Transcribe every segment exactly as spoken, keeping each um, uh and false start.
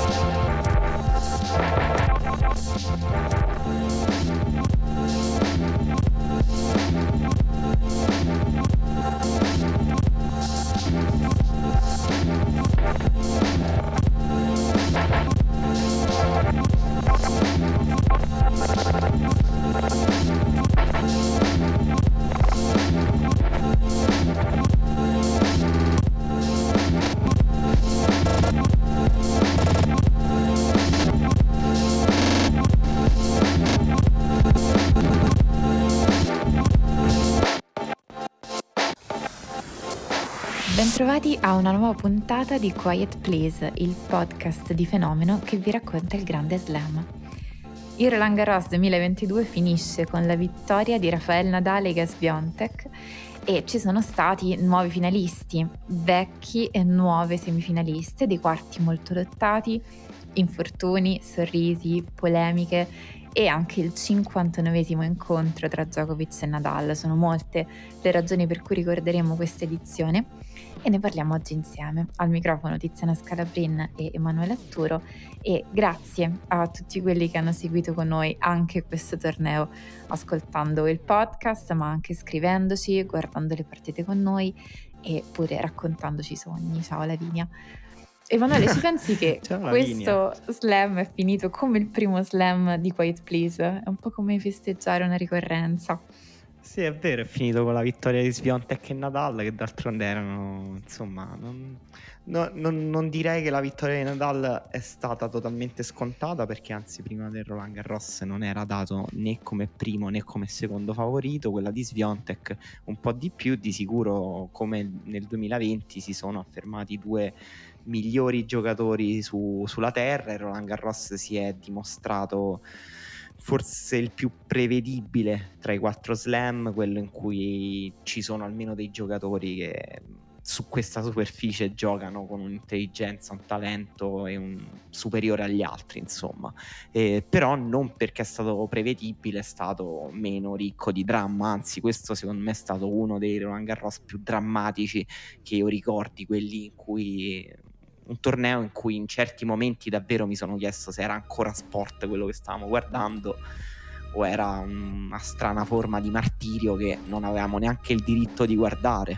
Bentrovati a una nuova puntata di Quiet Please, il podcast di Fenomeno che vi racconta il grande slam. Il Roland Garros duemilaventidue finisce con la vittoria di Rafael Nadal e Iga Swiatek e ci sono stati nuovi finalisti, vecchi e nuove semifinaliste, dei quarti molto lottati, infortuni, sorrisi, polemiche e anche il cinquantanovesimo incontro tra Djokovic e Nadal. Sono molte le ragioni per cui ricorderemo questa edizione e ne parliamo oggi insieme. Al microfono Tiziana Scalabrin e Emanuele Atturo e grazie a tutti quelli che hanno seguito con noi anche questo torneo, ascoltando il podcast ma anche scrivendoci, guardando le partite con noi e pure raccontandoci i sogni. Ciao Lavinia. Emanuele, ci pensi che questo slam è finito come il primo slam di Quiet Please? È un po' come festeggiare una ricorrenza. Sì, è vero, è finito con la vittoria di Swiatek e Nadal, che d'altronde erano, insomma, non, no, non, non direi che la vittoria di Nadal è stata totalmente scontata, perché anzi prima del Roland Garros non era dato né come primo né come secondo favorito. Quella di Swiatek un po' di più, di sicuro come nel duemilaventi si sono affermati due migliori giocatori su, sulla terra. Il Roland Garros si è dimostrato forse il più prevedibile tra i quattro slam, quello in cui ci sono almeno dei giocatori che su questa superficie giocano con un'intelligenza, un talento e un superiore agli altri, insomma. Eh, però non perché è stato prevedibile è stato meno ricco di dramma, anzi questo secondo me è stato uno dei Roland Garros più drammatici che io ricordi, quelli in cui un torneo in cui in certi momenti davvero mi sono chiesto se era ancora sport quello che stavamo guardando o era una strana forma di martirio che non avevamo neanche il diritto di guardare.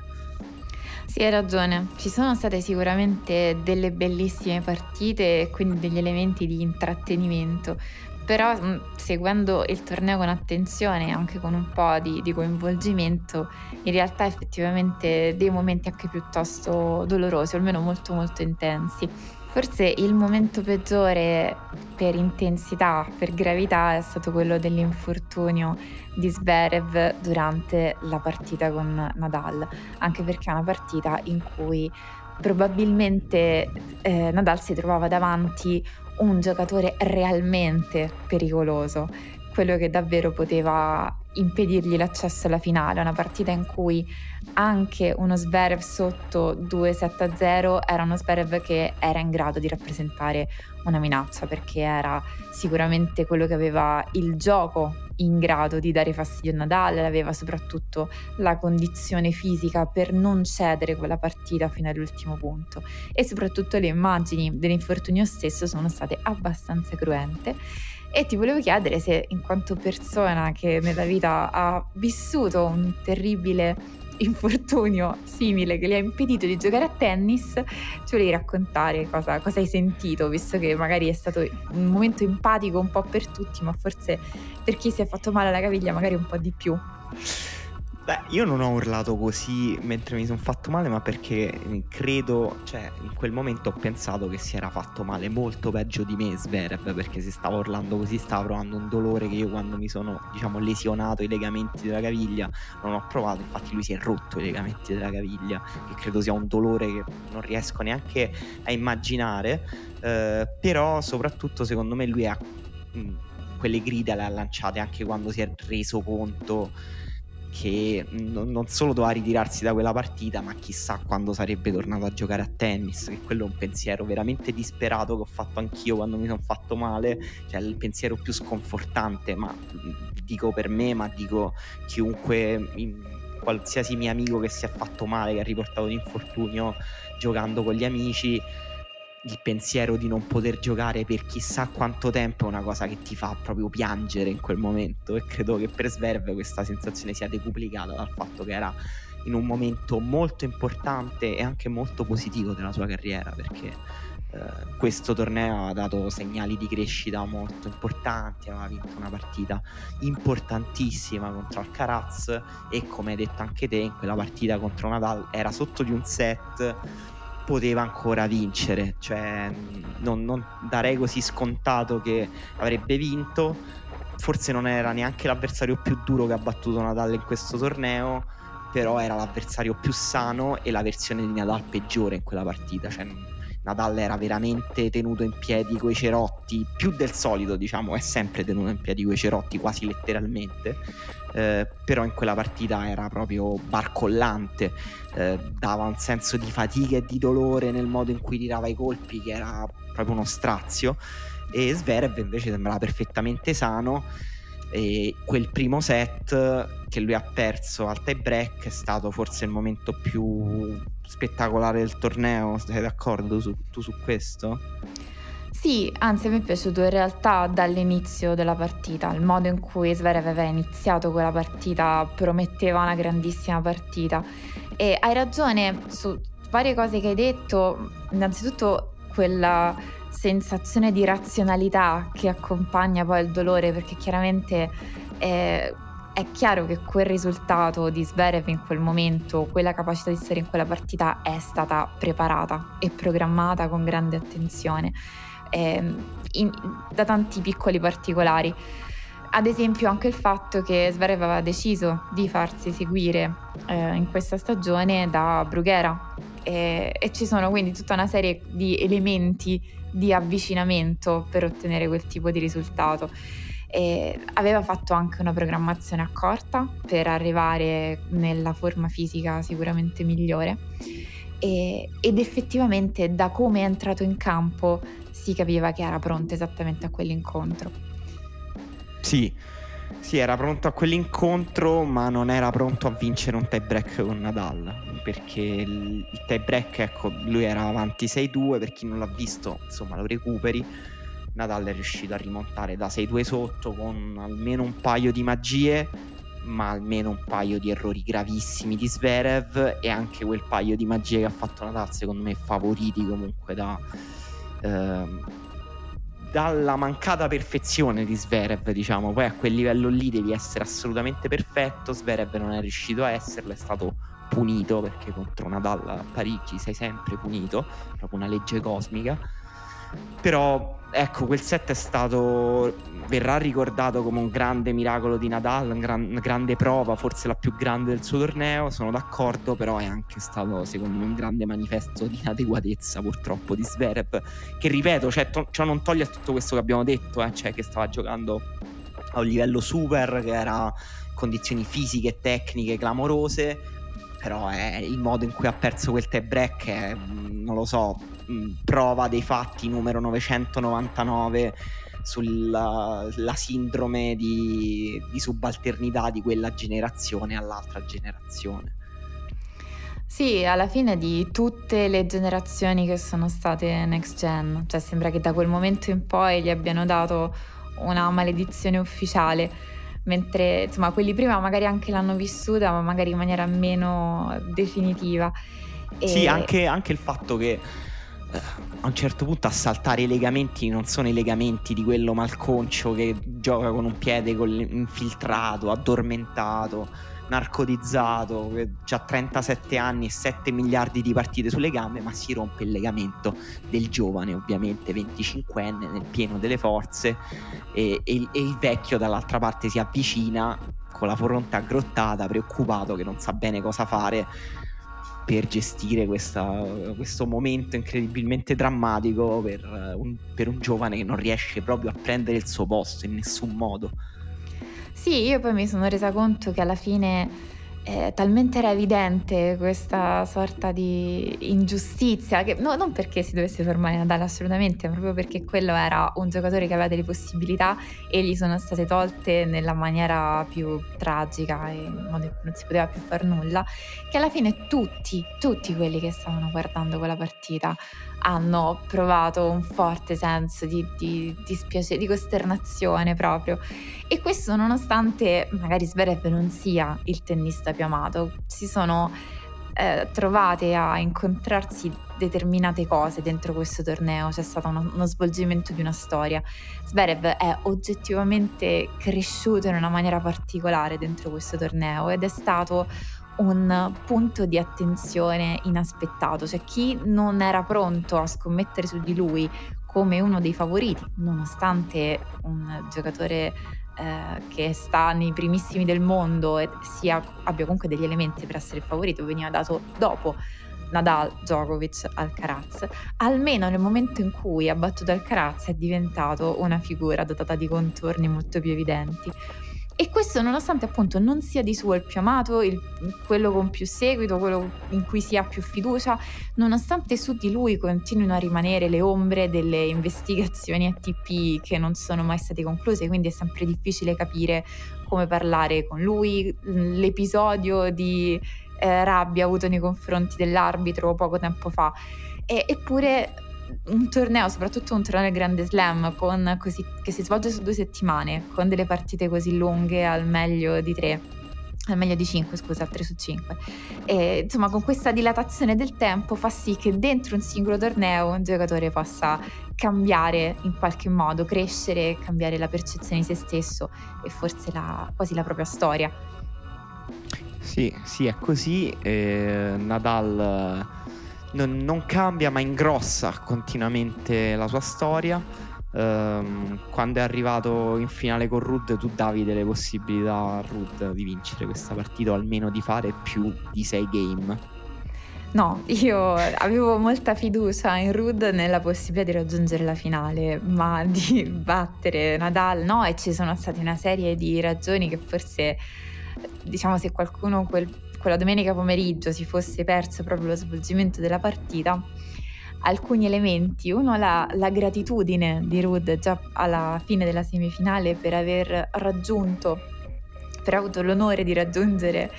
Sì, hai ragione, ci sono state sicuramente delle bellissime partite e quindi degli elementi di intrattenimento, però mh, seguendo il torneo con attenzione e anche con un po' di, di coinvolgimento, in realtà effettivamente dei momenti anche piuttosto dolorosi, o almeno molto molto intensi. Forse il momento peggiore per intensità, per gravità, è stato quello dell'infortunio di Zverev durante la partita con Nadal, anche perché è una partita in cui probabilmente eh, Nadal si trovava davanti un giocatore realmente pericoloso, quello che davvero poteva impedirgli l'accesso alla finale. Una partita in cui anche uno Zverev sotto due sette a zero era uno Zverev che era in grado di rappresentare una minaccia, perché era sicuramente quello che aveva il gioco in grado di dare fastidio a Nadal, aveva soprattutto la condizione fisica per non cedere quella partita fino all'ultimo punto, e soprattutto le immagini dell'infortunio stesso sono state abbastanza cruente. E ti volevo chiedere se, in quanto persona che nella vita ha vissuto un terribile infortunio simile che gli ha impedito di giocare a tennis, ci volevi raccontare cosa, cosa hai sentito, visto che magari è stato un momento empatico un po' per tutti, ma forse per chi si è fatto male alla caviglia magari un po' di più. Beh, io non ho urlato così mentre mi sono fatto male, ma perché credo, cioè in quel momento ho pensato che si era fatto male molto peggio di me Zverev, perché se stava urlando così stava provando un dolore che io quando mi sono, diciamo, lesionato i legamenti della caviglia non ho provato. Infatti lui si è rotto i legamenti della caviglia, che credo sia un dolore che non riesco neanche a immaginare, eh, però soprattutto secondo me lui ha mh, quelle grida le ha lanciate anche quando si è reso conto che non solo doveva ritirarsi da quella partita, ma chissà quando sarebbe tornato a giocare a tennis, che quello è un pensiero veramente disperato che ho fatto anch'io quando mi sono fatto male, cioè il pensiero più sconfortante, ma dico per me, ma dico chiunque, qualsiasi mio amico che si è fatto male, che ha riportato l'infortunio giocando con gli amici, il pensiero di non poter giocare per chissà quanto tempo è una cosa che ti fa proprio piangere in quel momento, e credo che per Zverev questa sensazione sia decuplicata dal fatto che era in un momento molto importante e anche molto positivo della sua carriera, perché eh, questo torneo ha dato segnali di crescita molto importanti, aveva vinto una partita importantissima contro Alcaraz e, come hai detto anche te, in quella partita contro Nadal era sotto di un set, poteva ancora vincere, cioè non, non darei così scontato che avrebbe vinto. Forse non era neanche l'avversario più duro che ha battuto Nadal in questo torneo, però era l'avversario più sano e la versione di Nadal peggiore in quella partita. Cioè Nadal era veramente tenuto in piedi coi cerotti, più del solito, diciamo, è sempre tenuto in piedi coi cerotti, quasi letteralmente. Eh, però in quella partita era proprio barcollante, eh, dava un senso di fatica e di dolore nel modo in cui tirava i colpi, che era proprio uno strazio. E Zverev invece sembrava perfettamente sano, e quel primo set che lui ha perso al tie break è stato forse il momento più spettacolare del torneo. Sei d'accordo su, tu su questo? Sì, anzi a me è piaciuto in realtà dall'inizio della partita, il modo in cui Zverev aveva iniziato quella partita prometteva una grandissima partita, e hai ragione su varie cose che hai detto. Innanzitutto quella sensazione di razionalità che accompagna poi il dolore, perché chiaramente eh, è chiaro che quel risultato di Zverev in quel momento, quella capacità di stare in quella partita è stata preparata e programmata con grande attenzione, eh, in, da tanti piccoli particolari. Ad esempio anche il fatto che Zverev aveva deciso di farsi seguire eh, in questa stagione da Brughera, e, e ci sono quindi tutta una serie di elementi di avvicinamento per ottenere quel tipo di risultato. E aveva fatto anche una programmazione accorta per arrivare nella forma fisica sicuramente migliore, e, ed effettivamente da come è entrato in campo si capiva che era pronto esattamente a quell'incontro. Sì, sì, era pronto a quell'incontro, ma non era pronto a vincere un tie break con Nadal, perché il, il tie break, ecco, lui era avanti sei due, per chi non l'ha visto, insomma, lo recuperi. Nadal è riuscito a rimontare da sei due sotto con almeno un paio di magie, ma almeno un paio di errori gravissimi di Zverev, e anche quel paio di magie che ha fatto Nadal, secondo me favoriti comunque da... Ehm, dalla mancata perfezione di Zverev, diciamo. Poi a quel livello lì devi essere assolutamente perfetto. Zverev non è riuscito a esserlo, è stato punito, perché contro Nadal a Parigi sei sempre punito, proprio una legge cosmica. Però ecco, quel set è stato, verrà ricordato come un grande miracolo di Nadal, un gran, una grande prova, forse la più grande del suo torneo, sono d'accordo, però è anche stato secondo me un grande manifesto di inadeguatezza purtroppo di Zverev, che ripeto, cioè, to- ciò non toglie a tutto questo che abbiamo detto, eh, cioè che stava giocando a un livello super, che era condizioni fisiche e tecniche clamorose, però è il modo in cui ha perso quel tie break è, non lo so, prova dei fatti numero novecentonovantanove sulla la sindrome di, di subalternità di quella generazione all'altra generazione. Sì, alla fine di tutte le generazioni che sono state next gen, cioè sembra che da quel momento in poi gli abbiano dato una maledizione ufficiale, mentre insomma quelli prima magari anche l'hanno vissuta, ma magari in maniera meno definitiva. E... Sì, anche, anche il fatto che eh, a un certo punto a saltare i legamenti non sono i legamenti di quello malconcio che gioca con un piede infiltrato, addormentato, narcotizzato, che ha trentasette anni e sette miliardi di partite sulle gambe, ma si rompe il legamento del giovane, ovviamente venticinquenne, nel pieno delle forze, e, e, il, e il vecchio dall'altra parte si avvicina con la fronte aggrottata, preoccupato, che non sa bene cosa fare per gestire questa, questo momento incredibilmente drammatico per un, per un giovane che non riesce proprio a prendere il suo posto in nessun modo. Sì, io poi mi sono resa conto che alla fine eh, talmente era evidente questa sorta di ingiustizia, che no, non perché si dovesse fermare Nadal assolutamente, ma proprio perché quello era un giocatore che aveva delle possibilità e gli sono state tolte nella maniera più tragica, e in modo in cui non si poteva più far nulla, che alla fine tutti, tutti quelli che stavano guardando quella partita hanno provato un forte senso di, di dispiacere, di costernazione proprio. E questo nonostante magari Zverev non sia il tennista più amato. Si sono eh, trovate a incontrarsi determinate cose dentro questo torneo, c'è stato uno, uno svolgimento di una storia. Zverev è oggettivamente cresciuto in una maniera particolare dentro questo torneo ed è stato un punto di attenzione inaspettato, cioè chi non era pronto a scommettere su di lui come uno dei favoriti, nonostante un giocatore eh, che sta nei primissimi del mondo e sia, abbia comunque degli elementi per essere il favorito, veniva dato dopo Nadal, Djokovic, Alcaraz, almeno nel momento in cui ha battuto Alcaraz è diventato una figura dotata di contorni molto più evidenti. E questo nonostante appunto non sia di suo il più amato, il, quello con più seguito, quello in cui si ha più fiducia, nonostante su di lui continuino a rimanere le ombre delle investigazioni A T P che non sono mai state concluse, quindi è sempre difficile capire come parlare con lui. L'episodio di eh, rabbia avuto nei confronti dell'arbitro poco tempo fa, e, eppure un torneo, soprattutto un torneo del Grande Slam con così, che si svolge su due settimane, con delle partite così lunghe al meglio di tre, al meglio di cinque, scusa, al tre su cinque. E, insomma, con questa dilatazione del tempo fa sì che dentro un singolo torneo un giocatore possa cambiare in qualche modo, crescere, cambiare la percezione di se stesso e forse la, quasi la propria storia. Sì, sì, è così. eh, Nadal non, non cambia ma ingrossa continuamente la sua storia. Um, quando è arrivato in finale con Ruud tu davi delle possibilità a Ruud di vincere questa partita o almeno di fare più di sei game. No, io avevo molta fiducia in Ruud nella possibilità di raggiungere la finale, ma di battere Nadal no, e ci sono state una serie di ragioni che forse, diciamo, se qualcuno quel, quella domenica pomeriggio si fosse perso proprio lo svolgimento della partita, alcuni elementi, uno la, la gratitudine di Ruud già alla fine della semifinale per aver raggiunto, per aver avuto l'onore di raggiungere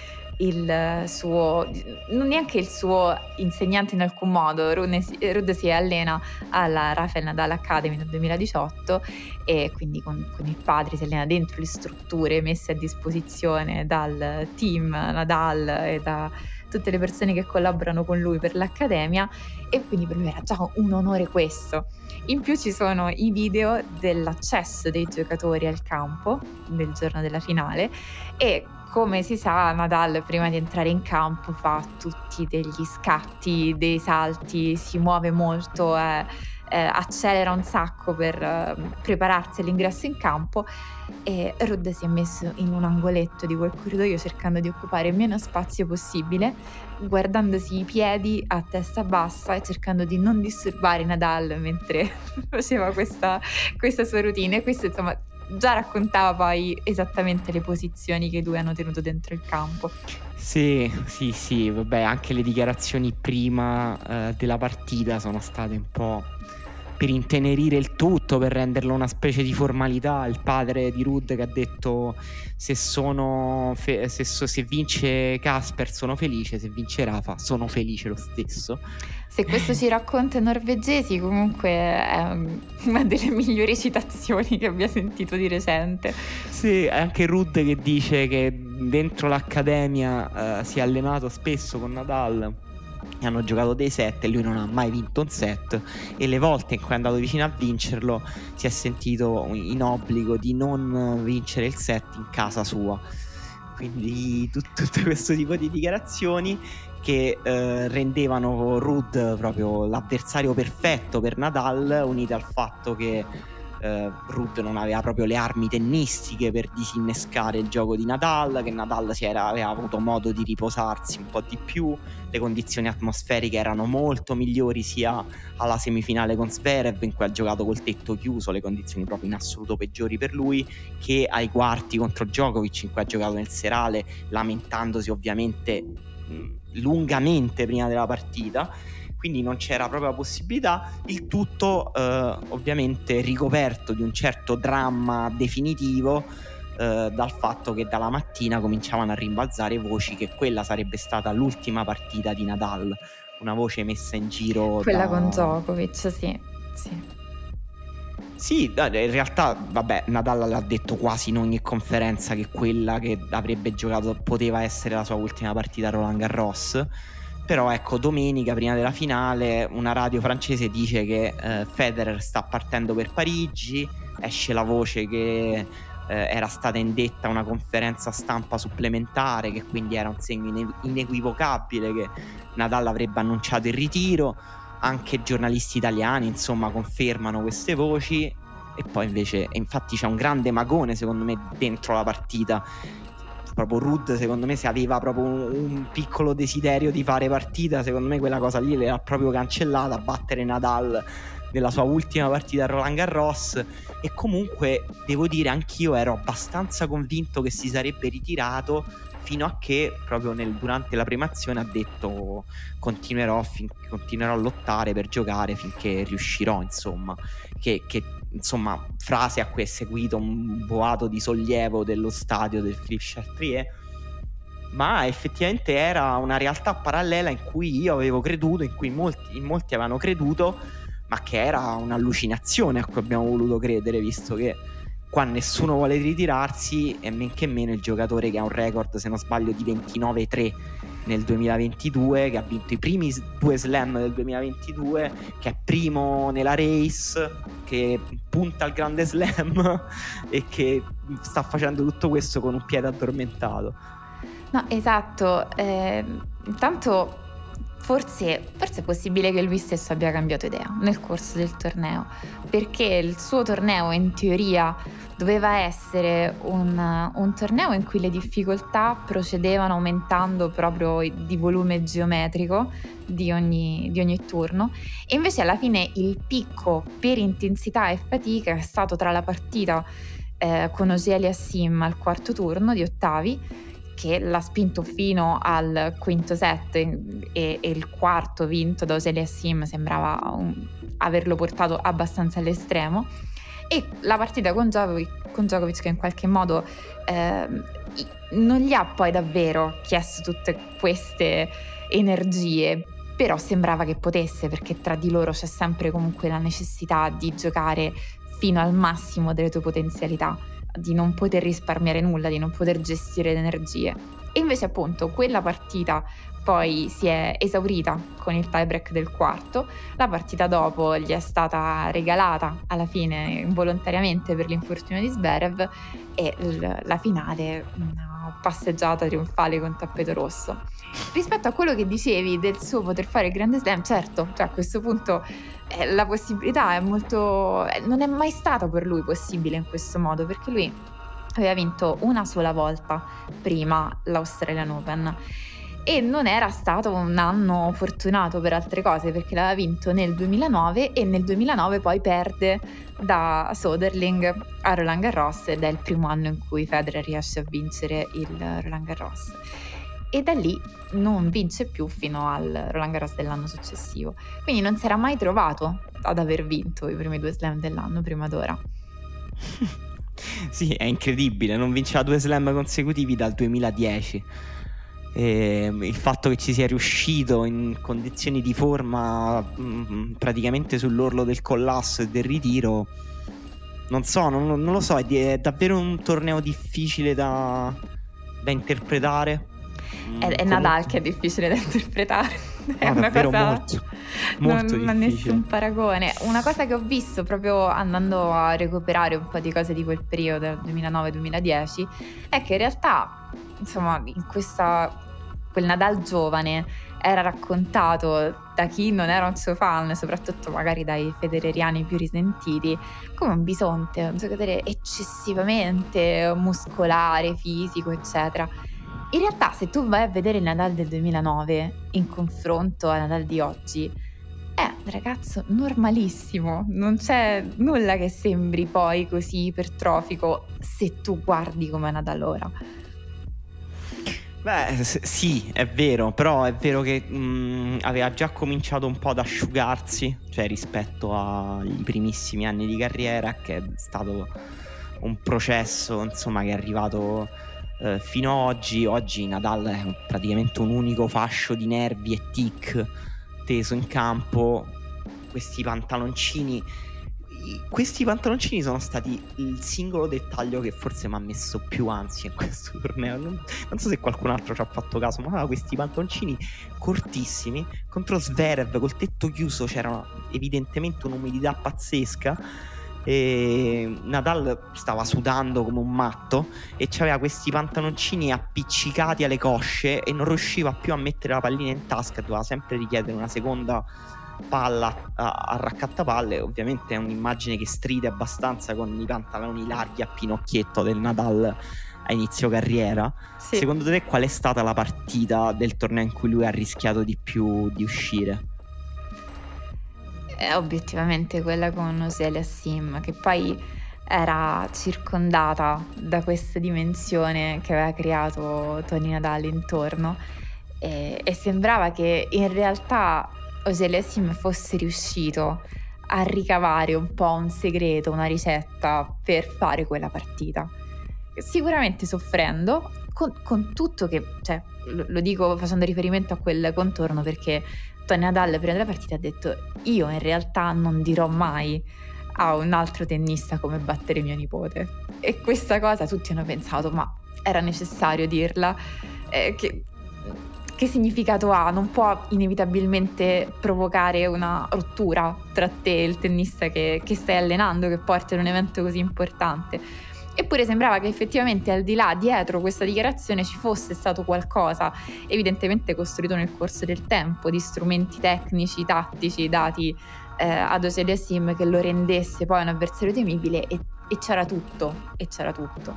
il suo, non neanche il suo insegnante in alcun modo. Ruud si allena alla Rafael Nadal Academy nel duemiladiciotto e quindi con, con il padre si allena dentro le strutture messe a disposizione dal team Nadal e da tutte le persone che collaborano con lui per l'accademia, e quindi per lui era già un onore questo. In più ci sono i video dell'accesso dei giocatori al campo del giorno della finale e, come si sa, Nadal prima di entrare in campo fa tutti degli scatti, dei salti, si muove molto, eh, eh, accelera un sacco per eh, prepararsi all'ingresso in campo, e Ruud si è messo in un angoletto di quel corridoio cercando di occupare il meno spazio possibile, guardandosi i piedi a testa bassa e cercando di non disturbare Nadal mentre faceva questa, questa sua routine. E questo, insomma, già raccontava poi esattamente le posizioni che i due hanno tenuto dentro il campo. Sì, sì, sì, vabbè, anche le dichiarazioni prima eh, della partita sono state un po' per intenerire il tutto, per renderlo una specie di formalità. Il padre di Ruud che ha detto se sono fe- se, so- se vince Casper sono felice, se vince Rafa sono felice lo stesso. Se questo ci racconta i norvegesi, comunque è una delle migliori citazioni che abbia sentito di recente. Sì, anche Ruud che dice che dentro l'accademia eh, si è allenato spesso con Nadal e hanno giocato dei set e lui non ha mai vinto un set, e le volte in cui è andato vicino a vincerlo si è sentito in obbligo di non vincere il set in casa sua. Quindi tut- tutto questo tipo di dichiarazioni che eh, rendevano Ruud proprio l'avversario perfetto per Nadal, unite al fatto che eh, Ruud non aveva proprio le armi tennistiche per disinnescare il gioco di Nadal, che Nadal si era, aveva avuto modo di riposarsi un po' di più, le condizioni atmosferiche erano molto migliori sia alla semifinale con Zverev in cui ha giocato col tetto chiuso, le condizioni proprio in assoluto peggiori per lui, che ai quarti contro Djokovic in cui ha giocato nel serale, lamentandosi ovviamente mh, lungamente prima della partita. Quindi non c'era proprio la possibilità, il tutto eh, ovviamente ricoperto di un certo dramma definitivo eh, dal fatto che dalla mattina cominciavano a rimbalzare voci che quella sarebbe stata l'ultima partita di Nadal una voce messa in giro Quella con da... Djokovic, sì, sì. Sì, da- in realtà, vabbè, Nadal l'ha detto quasi in ogni conferenza che quella che avrebbe giocato poteva essere la sua ultima partita a Roland Garros. Però ecco, domenica, prima della finale, una radio francese dice che eh, Federer sta partendo per Parigi, esce la voce che eh, era stata indetta una conferenza stampa supplementare, che quindi era un segno ine- inequivocabile che Nadal avrebbe annunciato il ritiro. Anche giornalisti italiani, insomma, confermano queste voci. E poi invece, e infatti c'è un grande magone secondo me dentro la partita. Proprio Ruud, secondo me, se aveva proprio un, un piccolo desiderio di fare partita, secondo me quella cosa lì l'ha proprio cancellata, battere Nadal nella sua ultima partita a Roland Garros. E comunque devo dire, anch'io ero abbastanza convinto che si sarebbe ritirato, fino a che proprio nel, durante la premazione ha detto continuerò, fin, continuerò a lottare per giocare finché riuscirò, insomma, che, che insomma frase a cui è seguito un boato di sollievo dello stadio del Philippe Chatrier, ma effettivamente era una realtà parallela in cui io avevo creduto, in cui molti, in molti avevano creduto, ma che era un'allucinazione a cui abbiamo voluto credere, visto che qua nessuno vuole ritirarsi, e men che meno il giocatore che ha un record, se non sbaglio, di ventinove tre nel duemilaventidue, che ha vinto i primi due slam del duemilaventidue, che è primo nella race, che punta al grande slam e che sta facendo tutto questo con un piede addormentato. No, esatto. Eh, intanto forse, forse è possibile che lui stesso abbia cambiato idea nel corso del torneo, perché il suo torneo in teoria doveva essere un, un torneo in cui le difficoltà procedevano aumentando proprio di volume geometrico di ogni, di ogni turno, e invece alla fine il picco per intensità e fatica è stato tra la partita eh, con Auger-Aliassime al quarto turno di ottavi, che l'ha spinto fino al quinto set, e, e il quarto vinto da Auger-Aliassime sembrava un, averlo portato abbastanza all'estremo, e la partita con Djokovic, con Djokovic che in qualche modo eh, non gli ha poi davvero chiesto tutte queste energie, però sembrava che potesse, perché tra di loro c'è sempre comunque la necessità di giocare fino al massimo delle tue potenzialità, di non poter risparmiare nulla, di non poter gestire le energie. E invece appunto quella partita poi si è esaurita con il tie-break del quarto. La partita dopo gli è stata regalata alla fine involontariamente per l'infortunio di Zverev, e l- la finale una passeggiata trionfale con tappeto rosso. Rispetto a quello che dicevi del suo poter fare il Grande Slam, certo, cioè a questo punto eh, la possibilità è molto... eh, non è mai stato per lui possibile in questo modo, perché lui aveva vinto una sola volta prima l'Australian Open, e non era stato un anno fortunato per altre cose, perché l'aveva vinto nel duemilanove, e nel duemilanove poi perde da Soderling a Roland Garros, ed è il primo anno in cui Federer riesce a vincere il Roland Garros, e da lì non vince più fino al Roland Garros dell'anno successivo. Quindi non si era mai trovato ad aver vinto i primi due slam dell'anno prima d'ora. Sì, è incredibile, non vinceva due slam consecutivi dal duemiladieci. E il fatto che ci sia riuscito in condizioni di forma mh, praticamente sull'orlo del collasso e del ritiro, non so, non, non lo so, è, è davvero un torneo difficile da, da interpretare. È, è Nadal che è difficile da interpretare. È No, una davvero cosa... molto, molto non ha difficile. nessun paragone. Una cosa che ho visto proprio andando a recuperare un po' di cose di quel periodo, del duemilanove duemiladieci, è che in realtà, insomma, in questa quel Nadal giovane era raccontato da chi non era un suo fan, soprattutto magari dai federeriani più risentiti, come un bisonte, un giocatore eccessivamente muscolare, fisico, eccetera. In realtà, se tu vai a vedere il Nadal del duemilanove in confronto al Nadal di oggi, è un ragazzo normalissimo, non c'è nulla che sembri poi così ipertrofico se tu guardi come Nadal ora. Beh, s- sì, è vero, però è vero che mh, aveva già cominciato un po' ad asciugarsi, cioè rispetto ai primissimi anni di carriera, che è stato un processo, insomma, che è arrivato eh, fino ad oggi. Oggi Nadal è praticamente un unico fascio di nervi e tic teso in campo, questi pantaloncini. Questi pantaloncini sono stati il singolo dettaglio che forse mi ha messo più ansia in questo torneo. Non, non so se qualcun altro ci ha fatto caso, ma questi pantaloncini cortissimi contro Zverev col tetto chiuso, c'era evidentemente un'umidità pazzesca e Nadal stava sudando come un matto e c'aveva questi pantaloncini appiccicati alle cosce e non riusciva più a mettere la pallina in tasca, doveva sempre richiedere una seconda palla a, a raccattapalle. Ovviamente è un'immagine che stride abbastanza con i pantaloni larghi a pinocchietto del Nadal a inizio carriera. Sì. Secondo te qual è stata la partita del torneo in cui lui ha rischiato di più di uscire? È obiettivamente quella con Oselia Sim, che poi era circondata da questa dimensione che aveva creato Tony Nadal intorno e, e sembrava che in realtà Oselia Sim fosse riuscito a ricavare un po' un segreto, una ricetta per fare quella partita. Sicuramente soffrendo, con, con tutto che, cioè, lo, lo dico facendo riferimento a quel contorno perché Tony Nadal prima della partita ha detto: io in realtà non dirò mai a un altro tennista come battere mio nipote. E questa cosa tutti hanno pensato: ma era necessario dirla? Eh, che, che significato ha? Non può inevitabilmente provocare una rottura tra te e il tennista che, che stai allenando, che porta in un evento così importante. Eppure sembrava che effettivamente al di là, dietro questa dichiarazione, ci fosse stato qualcosa, evidentemente costruito nel corso del tempo, di strumenti tecnici, tattici, dati eh, ad Oselia Sim, che lo rendesse poi un avversario temibile, e, e c'era tutto, e c'era tutto.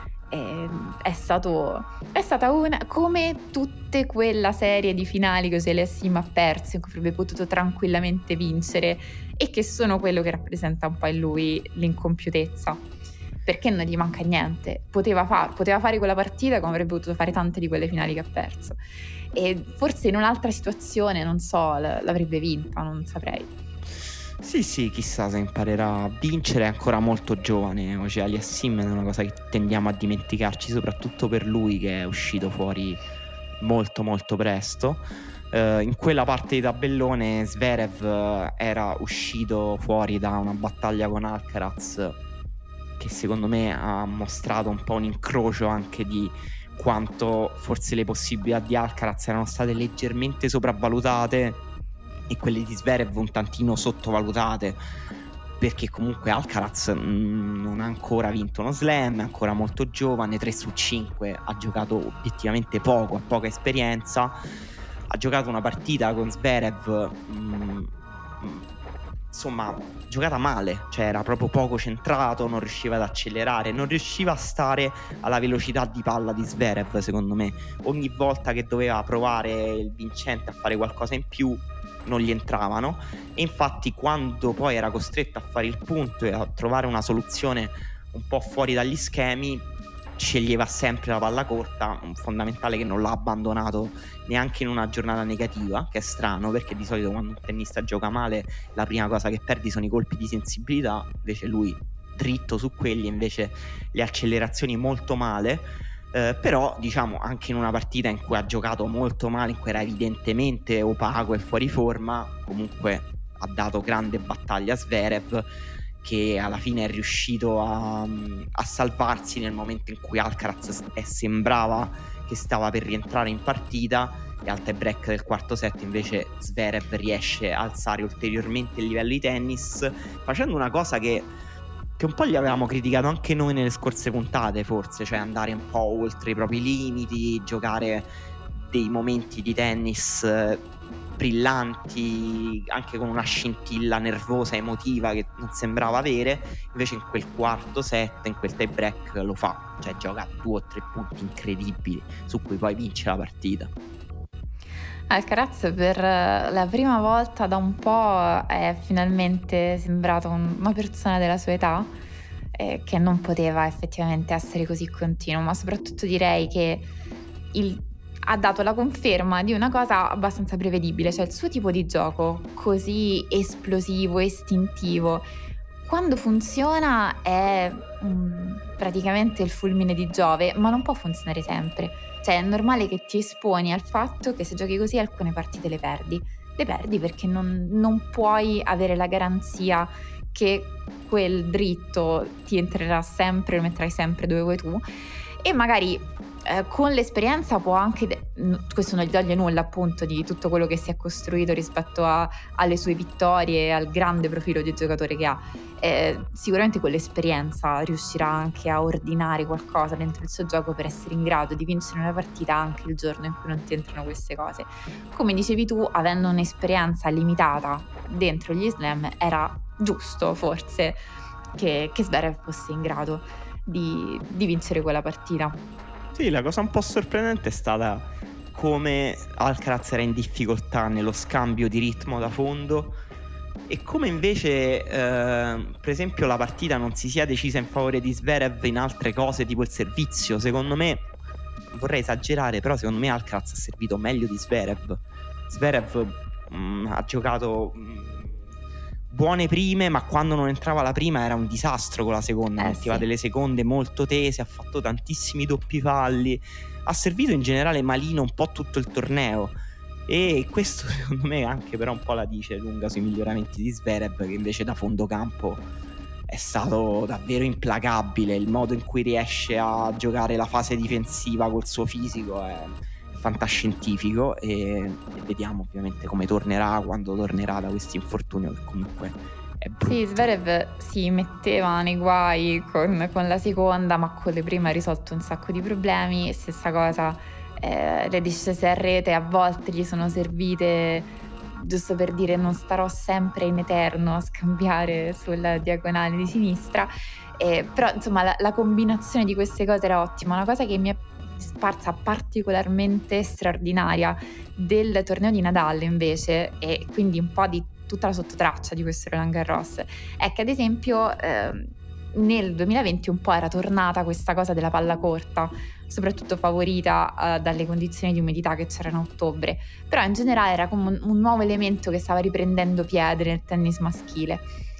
E è stato è stata una, come tutte quella serie di finali che Oselia Sim ha perso, in cui avrebbe potuto tranquillamente vincere, e che sono quello che rappresenta un po' in lui l'incompiutezza. Perché non gli manca niente, poteva, far, poteva fare quella partita come avrebbe potuto fare tante di quelle finali che ha perso, e forse in un'altra situazione, non so, l'avrebbe vinta, non saprei. Sì, sì, chissà se imparerà a vincere. È ancora molto giovane Oselia Sim, è una cosa che tendiamo a dimenticarci, soprattutto per lui che è uscito fuori molto molto presto. Uh, in quella parte di tabellone Zverev era uscito fuori da una battaglia con Alcaraz che secondo me ha mostrato un po' un incrocio anche di quanto forse le possibilità di Alcaraz erano state leggermente sopravvalutate e quelle di Zverev un tantino sottovalutate, perché comunque Alcaraz mh, non ha ancora vinto uno slam, è ancora molto giovane, tre su cinque, ha giocato obiettivamente poco, ha poca esperienza, ha giocato una partita con Zverev mh, mh, insomma giocata male, cioè era proprio poco centrato, non riusciva ad accelerare, non riusciva a stare alla velocità di palla di Zverev. Secondo me ogni volta che doveva provare il vincente a fare qualcosa in più non gli entravano, e infatti quando poi era costretto a fare il punto e a trovare una soluzione un po' fuori dagli schemi, sceglieva sempre la palla corta, un fondamentale che non l'ha abbandonato neanche in una giornata negativa, che è strano perché di solito quando un tennista gioca male la prima cosa che perdi sono i colpi di sensibilità, invece lui dritto su quelli, invece le accelerazioni molto male, eh, però diciamo anche in una partita in cui ha giocato molto male, in cui era evidentemente opaco e fuori forma, comunque ha dato grande battaglia a Zverev, che alla fine è riuscito a, a salvarsi nel momento in cui Alcaraz sembrava che stava per rientrare in partita, e al tie break del quarto set invece Zverev riesce a alzare ulteriormente il livello di tennis, facendo una cosa che, che un po' gli avevamo criticato anche noi nelle scorse puntate forse, cioè andare un po' oltre i propri limiti, giocare dei momenti di tennis brillanti anche con una scintilla nervosa, emotiva che non sembrava avere. Invece in quel quarto set, in quel tie break lo fa, cioè gioca due o tre punti incredibili su cui poi vince la partita. Alcaraz per la prima volta da un po' è finalmente sembrato una persona della sua età, eh, che non poteva effettivamente essere così continuo, ma soprattutto direi che il ha dato la conferma di una cosa abbastanza prevedibile, cioè il suo tipo di gioco così esplosivo, istintivo, quando funziona è um, praticamente il fulmine di Giove, ma non può funzionare sempre. Cioè è normale che ti esponi al fatto che se giochi così alcune partite le perdi, le perdi perché non, non puoi avere la garanzia che quel dritto ti entrerà sempre, lo metterai sempre dove vuoi tu, e magari eh, con l'esperienza può anche, de- n- questo non gli toglie nulla appunto di tutto quello che si è costruito rispetto a- alle sue vittorie e al grande profilo di giocatore che ha. Eh, sicuramente con l'esperienza riuscirà anche a ordinare qualcosa dentro il suo gioco per essere in grado di vincere una partita anche il giorno in cui non ti entrano queste cose. Come dicevi tu, avendo un'esperienza limitata dentro gli slam, era giusto forse che, che Zverev fosse in grado di, di vincere quella partita. Sì, la cosa un po' sorprendente è stata come Alcaraz era in difficoltà nello scambio di ritmo da fondo e come invece, eh, per esempio, la partita non si sia decisa in favore di Zverev in altre cose, tipo il servizio. Secondo me, vorrei esagerare, però secondo me Alcaraz ha servito meglio di Zverev. Zverev mh, ha giocato mh, buone prime, ma quando non entrava la prima era un disastro con la seconda, Eh, metteva sì. delle seconde molto tese, ha fatto tantissimi doppi falli, ha servito in generale malino un po' tutto il torneo. E questo secondo me anche però un po' la dice lunga sui miglioramenti di Zverev, che invece da fondo campo è stato davvero implacabile. Il modo in cui riesce a giocare la fase difensiva col suo fisico è fantascientifico e, e vediamo ovviamente come tornerà quando tornerà da questo infortunio che comunque è brutto. Sì, Zverev si metteva nei guai con, con la seconda, ma con le prime ha risolto un sacco di problemi. Stessa cosa, eh, le discese a rete a volte gli sono servite, giusto per dire non starò sempre in eterno a scambiare sulla diagonale di sinistra. Eh, però insomma la, la combinazione di queste cose era ottima. Una cosa che mi è sparsa particolarmente straordinaria del torneo di Nadal invece, e quindi un po' di tutta la sottotraccia di questo Roland Garros, è che ad esempio eh, nel duemilaventi un po' era tornata questa cosa della palla corta, soprattutto favorita eh, dalle condizioni di umidità che c'erano a ottobre, però in generale era come un, un nuovo elemento che stava riprendendo piede nel tennis maschile.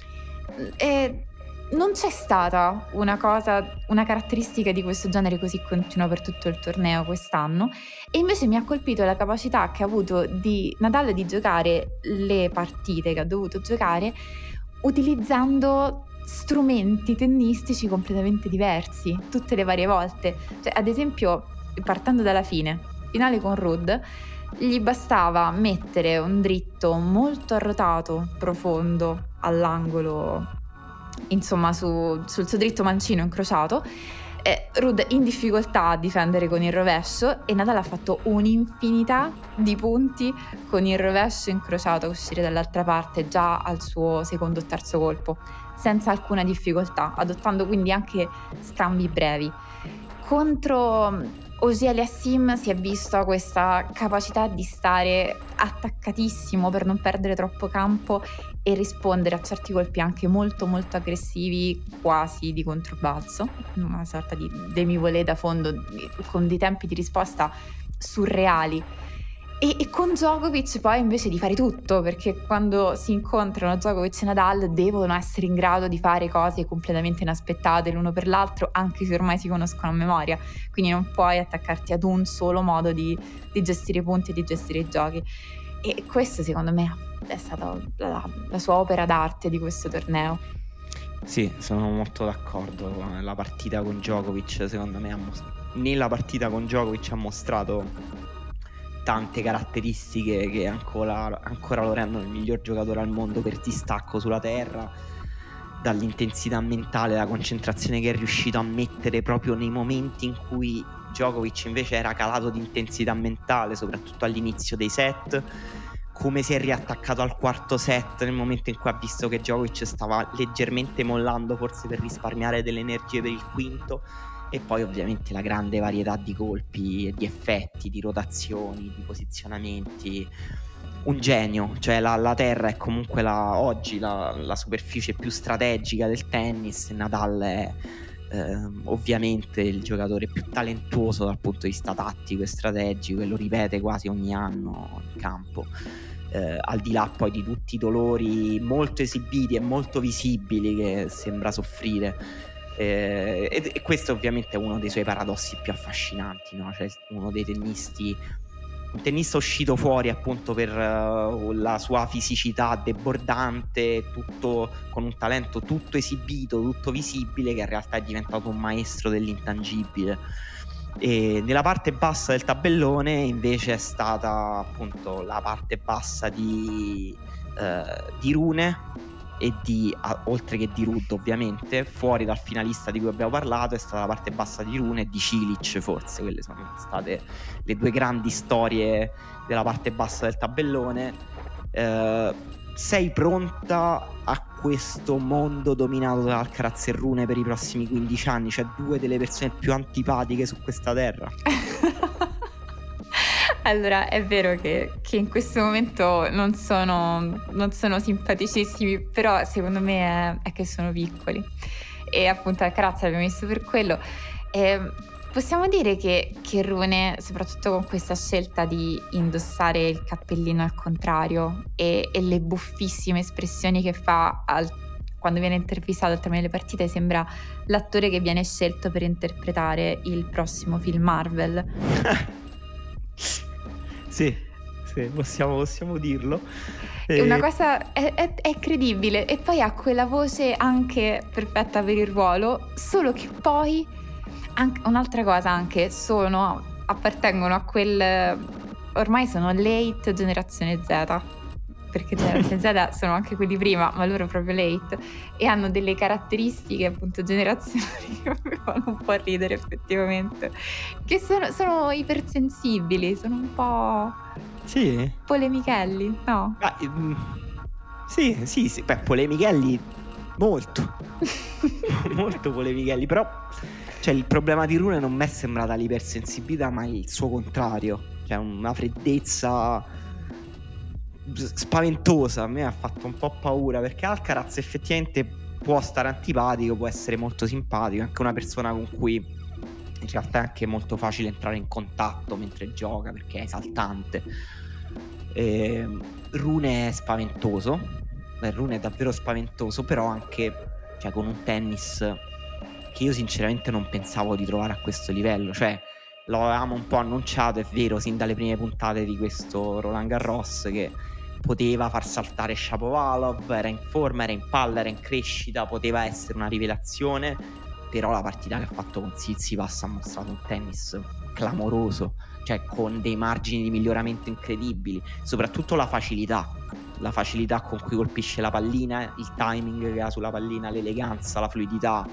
E non c'è stata una cosa, una caratteristica di questo genere così continua per tutto il torneo quest'anno, e invece mi ha colpito la capacità che ha avuto di Nadal di giocare le partite che ha dovuto giocare utilizzando strumenti tennistici completamente diversi tutte le varie volte. Cioè, ad esempio, partendo dalla fine, finale con Ruud, gli bastava mettere un dritto molto arrotato, profondo, all'angolo, insomma su, sul suo dritto mancino incrociato, eh, Ruud in difficoltà a difendere con il rovescio, e Nadal ha fatto un'infinità di punti con il rovescio incrociato a uscire dall'altra parte già al suo secondo o terzo colpo, senza alcuna difficoltà, adottando quindi anche scambi brevi. Contro Auger-Aliassime si è vista questa capacità di stare attaccatissimo per non perdere troppo campo e rispondere a certi colpi anche molto molto aggressivi, quasi di controbalzo, una sorta di demi-volée da fondo con dei tempi di risposta surreali. E, e con Djokovic poi invece di fare tutto, perché quando si incontrano Djokovic e Nadal devono essere in grado di fare cose completamente inaspettate l'uno per l'altro, anche se ormai si conoscono a memoria, quindi non puoi attaccarti ad un solo modo di, di gestire i punti e di gestire i giochi. E questo secondo me è stata la, la sua opera d'arte di questo torneo. Sì, sono molto d'accordo. La partita con Djokovic, secondo me, ha mos- nella partita con Djokovic ha mostrato tante caratteristiche che ancora, ancora lo rendono il miglior giocatore al mondo per distacco sulla terra, dall'intensità mentale, la concentrazione che è riuscito a mettere proprio nei momenti in cui Djokovic invece era calato di intensità mentale, soprattutto all'inizio dei set, come si è riattaccato al quarto set nel momento in cui ha visto che Djokovic stava leggermente mollando, forse per risparmiare delle energie per il quinto. E poi ovviamente la grande varietà di colpi e di effetti, di rotazioni, di posizionamenti. Un genio, cioè la, la terra è comunque la, oggi la, la superficie più strategica del tennis. Nadal è eh, ovviamente il giocatore più talentuoso dal punto di vista tattico e strategico, e lo ripete quasi ogni anno in campo. Eh, al di là poi di tutti i dolori molto esibiti e molto visibili che sembra soffrire. Eh, e, e questo ovviamente è uno dei suoi paradossi più affascinanti, no? Cioè uno dei tennisti un tennista uscito fuori appunto per uh, la sua fisicità debordante, tutto con un talento tutto esibito, tutto visibile, che in realtà è diventato un maestro dell'intangibile. E nella parte bassa del tabellone invece è stata appunto la parte bassa di, uh, di Rune e di, a, oltre che di Rudd ovviamente, fuori dal finalista di cui abbiamo parlato, è stata la parte bassa di Rune e di Cilic, forse quelle sono state le due grandi storie della parte bassa del tabellone. Eh, sei pronta a questo mondo dominato da Alcaraz e Rune per i prossimi quindici anni? Cioè due delle persone più antipatiche su questa terra. Allora, è vero che, che in questo momento non sono, non sono simpaticissimi, però secondo me è, è che sono piccoli. E appunto Alcaraz l'abbiamo visto per quello. E possiamo dire che, che Rune, soprattutto con questa scelta di indossare il cappellino al contrario e, e le buffissime espressioni che fa al, quando viene intervistato al termine delle partite, sembra l'attore che viene scelto per interpretare il prossimo film Marvel. Sì, sì, possiamo, possiamo dirlo. E una cosa è, è, è credibile, e poi ha quella voce anche perfetta per il ruolo, solo che poi anche, un'altra cosa anche, sono appartengono a quel, ormai sono late generazione Z, perché generazione Z sono anche quelli prima, ma loro proprio late, e hanno delle caratteristiche appunto generazionali che mi fanno un po' ridere effettivamente, che sono, sono ipersensibili, sono un po' sì, polemichelli, no? ah, mm, sì, sì, sì, beh, polemichelli molto molto polemichelli, però cioè il problema di Rune non mi è sembrata l'ipersensibilità, ma il suo contrario, cioè una freddezza spaventosa. A me ha fatto un po' paura, perché Alcaraz effettivamente può stare antipatico, può essere molto simpatico, anche una persona con cui in realtà è anche molto facile entrare in contatto mentre gioca, perché è esaltante. e, Rune è spaventoso, Rune è davvero spaventoso, però anche cioè, con un tennis che io sinceramente non pensavo di trovare a questo livello. Cioè lo avevamo un po' annunciato, è vero, sin dalle prime puntate di questo Roland Garros, che poteva far saltare Shapovalov, era in forma, era in palla, era in crescita, poteva essere una rivelazione, però la partita che ha fatto con Tsitsipas ha mostrato un tennis clamoroso, cioè con dei margini di miglioramento incredibili, soprattutto la facilità la facilità con cui colpisce la pallina, il timing che ha sulla pallina, l'eleganza, la fluidità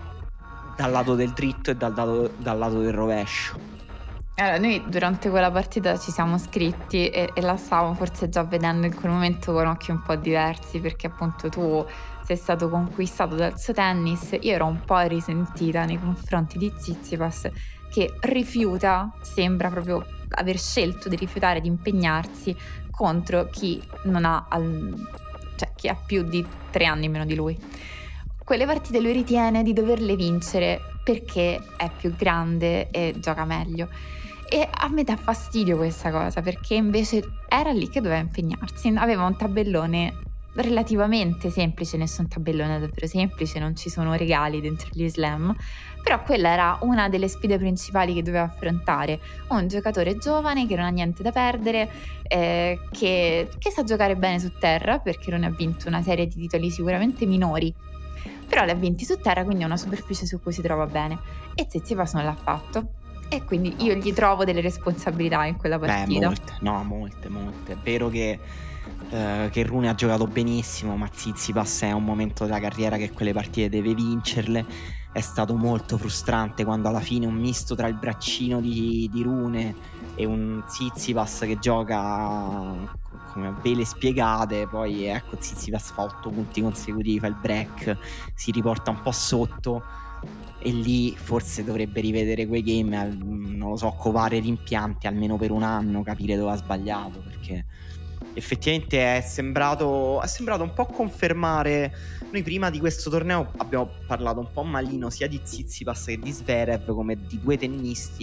dal lato del dritto e dal lato, dal lato del rovescio. Allora, noi durante quella partita ci siamo scritti e, e la stavamo forse già vedendo in quel momento con occhi un po' diversi, perché appunto tu sei stato conquistato dal suo tennis, io ero un po' risentita nei confronti di Tsitsipas, che rifiuta, sembra proprio aver scelto di rifiutare di impegnarsi contro chi non ha al, cioè chi ha più di tre anni meno di lui. Quelle partite lui ritiene di doverle vincere perché è più grande e gioca meglio. E a me dà fastidio questa cosa, perché invece era lì che doveva impegnarsi. Aveva un tabellone relativamente semplice, nessun tabellone davvero semplice, non ci sono regali dentro gli slam, però quella era una delle sfide principali che doveva affrontare. Un giocatore giovane che non ha niente da perdere, eh, che, che sa giocare bene su terra, perché non ha vinto una serie di titoli sicuramente minori, però li ha vinti su terra, quindi è una superficie su cui si trova bene, e Tsitsipas non l'ha fatto. E quindi io gli trovo delle responsabilità in quella partita. Beh, molte, no, molte, molte. È vero che, eh, che Rune ha giocato benissimo, ma Tsitsipas è un momento della carriera che quelle partite deve vincerle. È stato molto frustrante quando alla fine un misto tra il braccino di, di Rune e un Tsitsipas che gioca come a vele spiegate, poi ecco Tsitsipas fa otto punti consecutivi, fa il break, si riporta un po' sotto, e lì forse dovrebbe rivedere quei game, non lo so, covare rimpianti almeno per un anno, capire dove ha sbagliato, perché effettivamente è sembrato è sembrato un po' confermare. Noi prima di questo torneo abbiamo parlato un po' malino sia di Tsitsipas che di Zverev come di due tennisti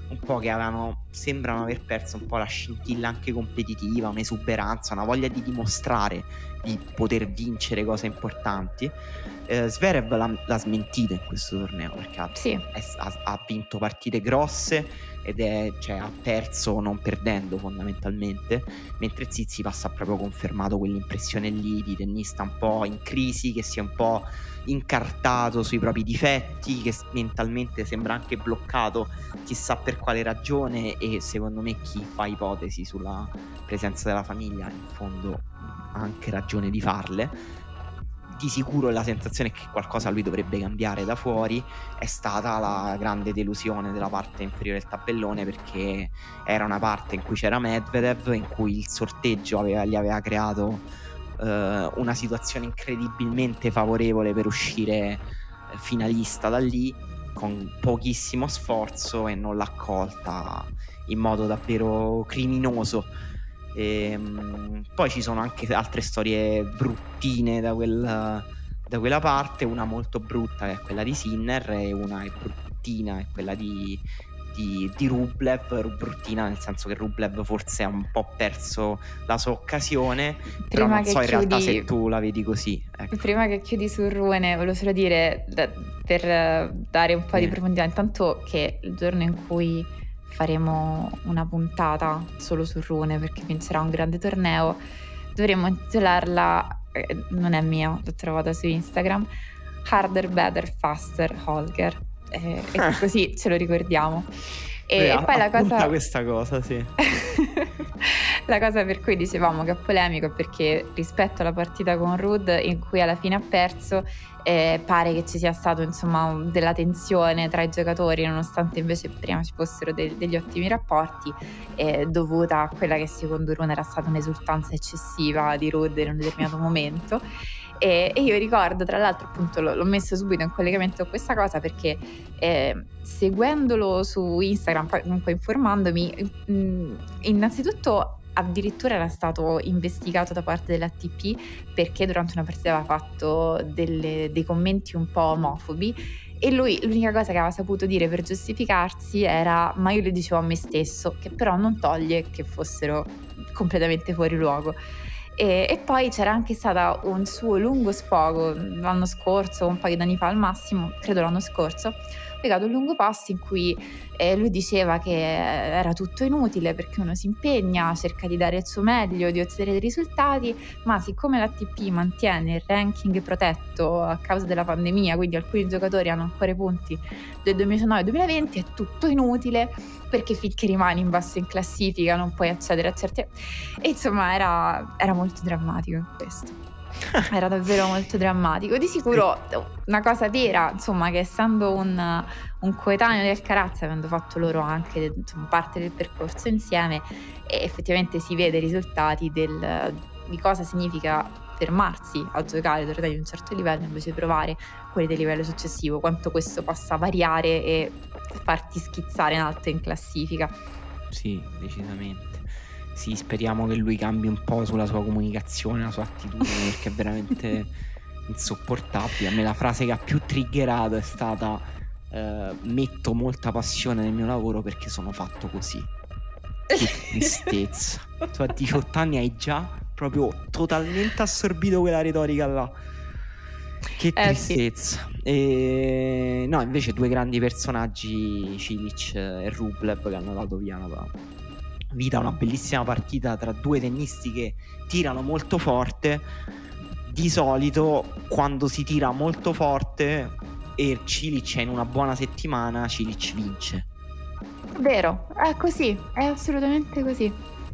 un po' che avevano, sembrano aver perso un po' la scintilla anche competitiva, un'esuberanza, una voglia di dimostrare di poter vincere cose importanti. eh, Zverev l'ha, l'ha smentito in questo torneo, perché ha, Sì, è- ha- ha vinto partite grosse ed è, cioè, ha perso non perdendo fondamentalmente, mentre Tsitsipas ha proprio confermato quell'impressione lì di tennista un po' in crisi, che si è un po' incartato sui propri difetti, che s- mentalmente sembra anche bloccato chissà per quale ragione, e secondo me chi fa ipotesi sulla presenza della famiglia in fondo ha anche ragione di farle. Di sicuro la sensazione è che qualcosa lui dovrebbe cambiare da fuori. È stata la grande delusione della parte inferiore del tabellone, perché era una parte in cui c'era Medvedev, in cui il sorteggio aveva, gli aveva creato eh, una situazione incredibilmente favorevole per uscire eh, finalista da lì, con pochissimo sforzo, e non l'ha colta in modo davvero criminoso. E, mh, poi ci sono anche altre storie bruttine da, quel, da quella parte, una molto brutta che è quella di Sinner, e una è bruttina, è quella di, di, di Rublev. Bruttina nel senso che Rublev forse ha un po' perso la sua occasione, però prima non che so in realtà se chiudi, tu la vedi così, ecco. prima che chiudi su Rune, volevo solo dire, da- per eh, dare un po' di Sì. profondità, intanto che il giorno in cui faremo una puntata solo su Rune, perché vincerà un grande torneo, dovremmo intitolarla, eh, non è mia, l'ho trovata su Instagram, Harder, Better, Faster, Holger. Eh, e così ce lo ricordiamo. E, Beh, e a- poi la appunta cosa... questa cosa, sì. La cosa per cui dicevamo che è polemico è perché rispetto alla partita con Rudd, in cui alla fine ha perso, eh, pare che ci sia stato insomma un- della tensione tra i giocatori, nonostante invece prima ci fossero de- degli ottimi rapporti, eh, dovuta a quella che secondo Rune era stata un'esultanza eccessiva di Rudd in un determinato momento. E, e io ricordo, tra l'altro, appunto l'ho, l'ho messo subito in collegamento con questa cosa perché eh, seguendolo su Instagram, poi comunque informandomi, mh, innanzitutto addirittura era stato investigato da parte dell'A T P perché durante una partita aveva fatto delle- dei commenti un po' omofobi, e lui l'unica cosa che aveva saputo dire per giustificarsi era: ma io lo dicevo a me stesso, che però non toglie che fossero completamente fuori luogo. E, e poi c'era anche stato un suo lungo sfogo l'anno scorso, un paio d'anni fa al massimo, credo l'anno scorso, ho legato un lungo post in cui eh, lui diceva che era tutto inutile perché uno si impegna, cerca di dare il suo meglio, di ottenere dei risultati, ma siccome l'A T P mantiene il ranking protetto a causa della pandemia, quindi alcuni giocatori hanno ancora i punti del duemiladiciannove duemilaventi, è tutto inutile perché finché rimani in basso in classifica non puoi accedere a certi... E insomma era, era molto drammatico in questo. Era davvero molto drammatico. Di sicuro una cosa vera, insomma, che essendo un, un coetaneo del Carazza, avendo fatto loro anche insomma, parte del percorso insieme, e effettivamente si vede i risultati del, di cosa significa fermarsi a giocare tornei di un certo livello invece di provare quelli del livello successivo, quanto questo possa variare e farti schizzare in alto in classifica. Sì, decisamente. Sì, speriamo che lui cambi un po' sulla sua comunicazione, la sua attitudine, perché è veramente insopportabile. A me la frase che ha più triggerato è stata eh, metto molta passione nel mio lavoro perché sono fatto così. Che tristezza. Tu a diciotto anni hai già proprio totalmente assorbito quella retorica là. Che Eh sì. tristezza. E... No, invece due grandi personaggi, Cilic e Rublev, che hanno dato via una vita a una bellissima partita tra due tennisti che tirano molto forte. Di solito quando si tira molto forte e Cilic è in una buona settimana, Cilic vince. Vero, è così, è assolutamente così.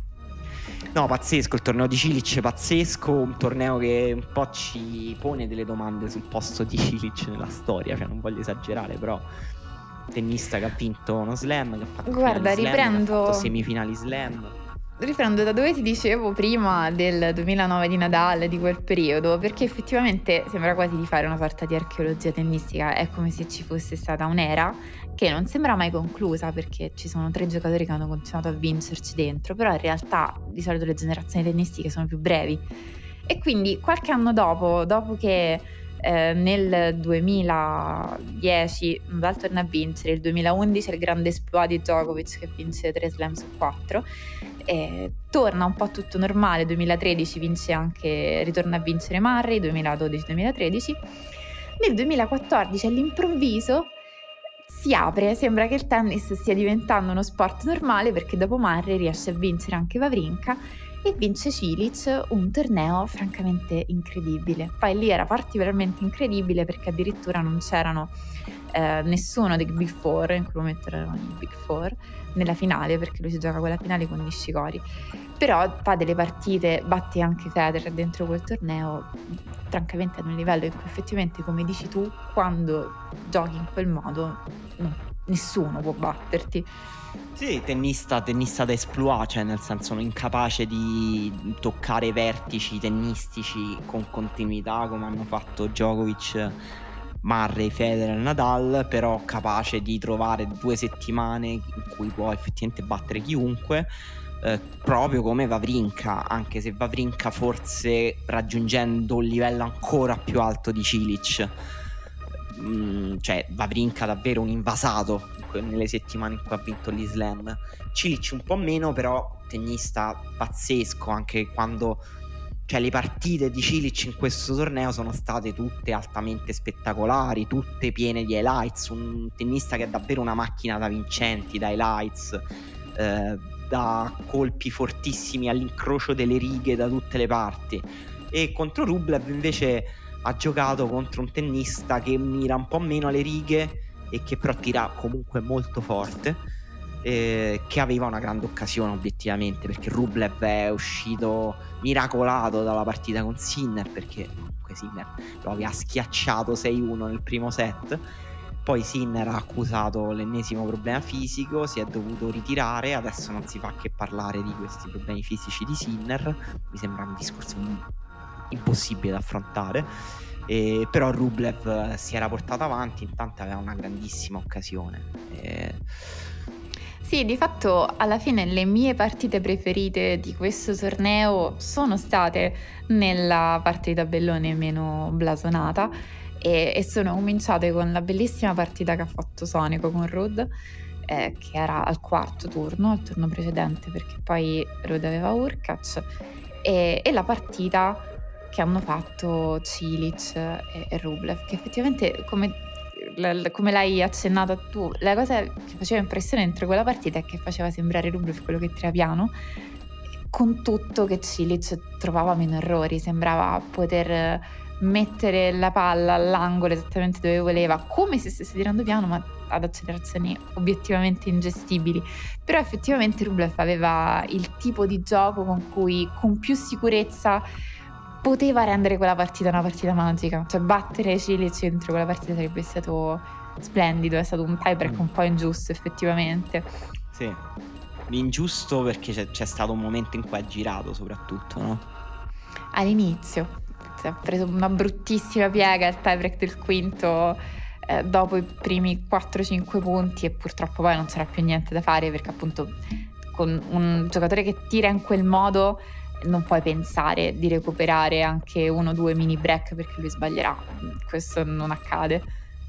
No, pazzesco, il torneo di Cilic, pazzesco, un torneo che un po' ci pone delle domande sul posto di Cilic nella storia, cioè non voglio esagerare, però tennista che ha vinto uno slam, che ha fatto Guarda, finali slam, che ha fatto riprendo, semifinali slam. riprendo da dove ti dicevo prima del duemilanove di Nadal, di quel periodo, perché effettivamente sembra quasi di fare una sorta di archeologia tennistica, è come se ci fosse stata un'era che non sembra mai conclusa perché ci sono tre giocatori che hanno continuato a vincerci dentro, però in realtà di solito le generazioni tennistiche sono più brevi. E quindi qualche anno dopo, dopo che Eh, nel duemiladieci Nadal torna a vincere, il duemilaundici è il grande exploit di Djokovic che vince tre slam su quattro, eh, torna un po' tutto normale, duemilatredici vince anche, ritorna a vincere Murray, duemiladodici-duemilatredici. Nel duemilaquattordici all'improvviso si apre, sembra che il tennis stia diventando uno sport normale, perché dopo Murray riesce a vincere anche Wawrinka e vince Cilic, un torneo francamente incredibile. Poi lì era particolarmente incredibile perché addirittura non c'erano eh, nessuno dei Big Four, in quel momento erano i Big Four, nella finale, perché lui si gioca quella finale con Nishikori. Però fa delle partite, batte anche Federer dentro quel torneo, francamente ad un livello in cui effettivamente, come dici tu, quando giochi in quel modo no, nessuno può batterti. Sì, tennista, tennista da esploit, cioè nel senso incapace di toccare i vertici tennistici con continuità come hanno fatto Djokovic, Murray, Federer, Nadal, però capace di trovare due settimane in cui può effettivamente battere chiunque, eh, proprio come Wawrinka, anche se Wawrinka forse raggiungendo un livello ancora più alto di Cilic. Mm, cioè Wawrinka davvero un invasato nelle settimane in cui ha vinto gli slam. Cilic un po' meno, però tennista pazzesco, anche quando, cioè, le partite di Cilic in questo torneo sono state tutte altamente spettacolari, tutte piene di highlights, un tennista che è davvero una macchina da vincenti, da highlights, eh, da colpi fortissimi all'incrocio delle righe da tutte le parti. E contro Rublev invece ha giocato contro un tennista che mira un po' meno alle righe e che però tira comunque molto forte, eh, che aveva una grande occasione obiettivamente, perché Rublev è uscito miracolato dalla partita con Sinner, perché comunque Sinner lo aveva schiacciato sei uno nel primo set. Poi Sinner ha accusato l'ennesimo problema fisico, si è dovuto ritirare, adesso non si fa che parlare di questi problemi fisici di Sinner, mi sembra un discorso impossibile da affrontare. Eh, però Rublev si era portato avanti, intanto aveva una grandissima occasione. Eh... Sì, di fatto alla fine le mie partite preferite di questo torneo sono state nella parte di tabellone meno blasonata e, e sono cominciate con la bellissima partita che ha fatto Sonico con Ruud, eh, che era al quarto turno, al turno precedente, perché poi Ruud aveva Hurkacz, e, e la partita che hanno fatto Cilic e, e Rublev, che effettivamente, come, l- come l'hai accennata tu, la cosa che faceva impressione dentro quella partita è che faceva sembrare Rublev quello che tira piano, con tutto che Cilic trovava meno errori, sembrava poter mettere la palla all'angolo esattamente dove voleva, come se stesse tirando piano, ma ad accelerazioni obiettivamente ingestibili. Però effettivamente Rublev aveva il tipo di gioco con cui con più sicurezza poteva rendere quella partita una partita magica, cioè battere Cilic dentro quella partita sarebbe stato splendido, è stato un tiebreak mm. un po' ingiusto effettivamente. Sì, ingiusto perché c'è, c'è stato un momento in cui ha girato soprattutto, no? All'inizio ha preso una bruttissima piega il tiebreak del quinto, eh, dopo i primi quattro cinque punti, e purtroppo poi non c'era più niente da fare, perché appunto con un giocatore che tira in quel modo non puoi pensare di recuperare anche uno o due mini break, perché lui sbaglierà, questo non accade.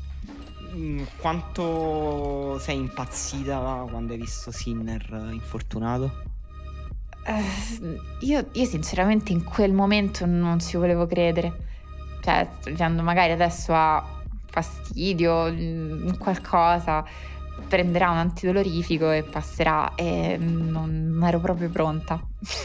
Quanto sei impazzita quando hai visto Sinner infortunato? Uh, io, io sinceramente in quel momento non ci volevo credere, cioè dicendo magari adesso ha fastidio, qualcosa, prenderà un antidolorifico e passerà, e non, non ero proprio pronta.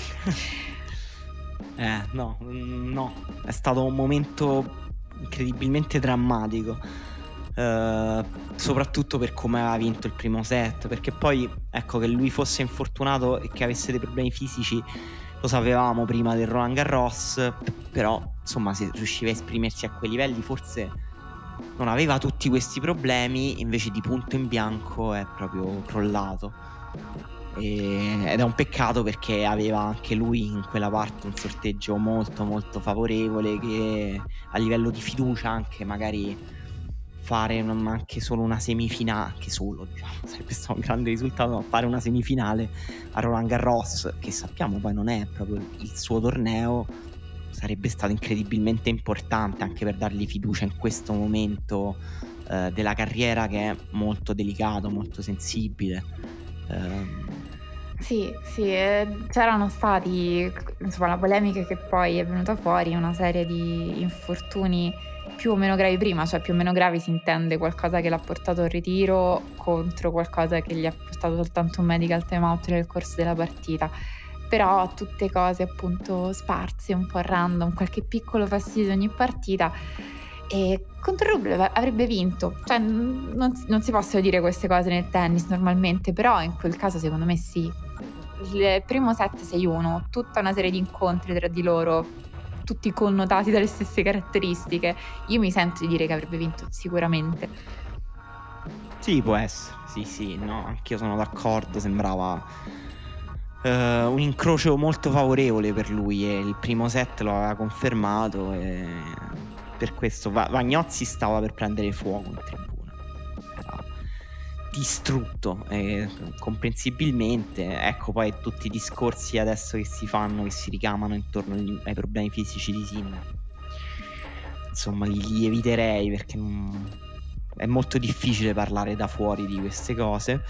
Eh, no, no, è stato un momento incredibilmente drammatico, eh, soprattutto per come aveva vinto il primo set, perché poi, ecco, che lui fosse infortunato e che avesse dei problemi fisici lo sapevamo prima del Roland Garros, però, insomma, se riusciva a esprimersi a quei livelli forse non aveva tutti questi problemi, invece di punto in bianco è proprio crollato. E, ed è un peccato, perché aveva anche lui in quella parte un sorteggio molto molto favorevole, che a livello di fiducia anche magari fare non, anche solo una semifinale, anche solo diciamo sarebbe stato un grande risultato, ma fare una semifinale a Roland Garros, che sappiamo poi non è proprio il suo torneo, sarebbe stato incredibilmente importante anche per dargli fiducia in questo momento eh, della carriera che è molto delicato, molto sensibile. Ehm, Sì, sì, eh, c'erano stati, insomma, la polemica che poi è venuta fuori, una serie di infortuni più o meno gravi prima, cioè più o meno gravi si intende qualcosa che l'ha portato al ritiro contro qualcosa che gli ha portato soltanto un medical timeout nel corso della partita. Però tutte cose appunto sparse, un po' random, qualche piccolo fastidio ogni partita. E contro Rublev avrebbe vinto, cioè n- non, si- non si possono dire queste cose nel tennis normalmente, però in quel caso secondo me sì. Il primo set sei uno, tutta una serie di incontri tra di loro, tutti connotati dalle stesse caratteristiche. Io mi sento di dire che avrebbe vinto sicuramente. Sì, può essere, sì, sì, no, anch'io sono d'accordo, sembrava eh, un incrocio molto favorevole per lui e il primo set lo aveva confermato e per questo Va- Vagnozzi stava per prendere fuoco in tribuna, era distrutto e comprensibilmente, ecco poi tutti i discorsi adesso che si fanno, che si ricamano intorno agli- ai problemi fisici di Sinner, insomma li, li eviterei perché non- è molto difficile parlare da fuori di queste cose.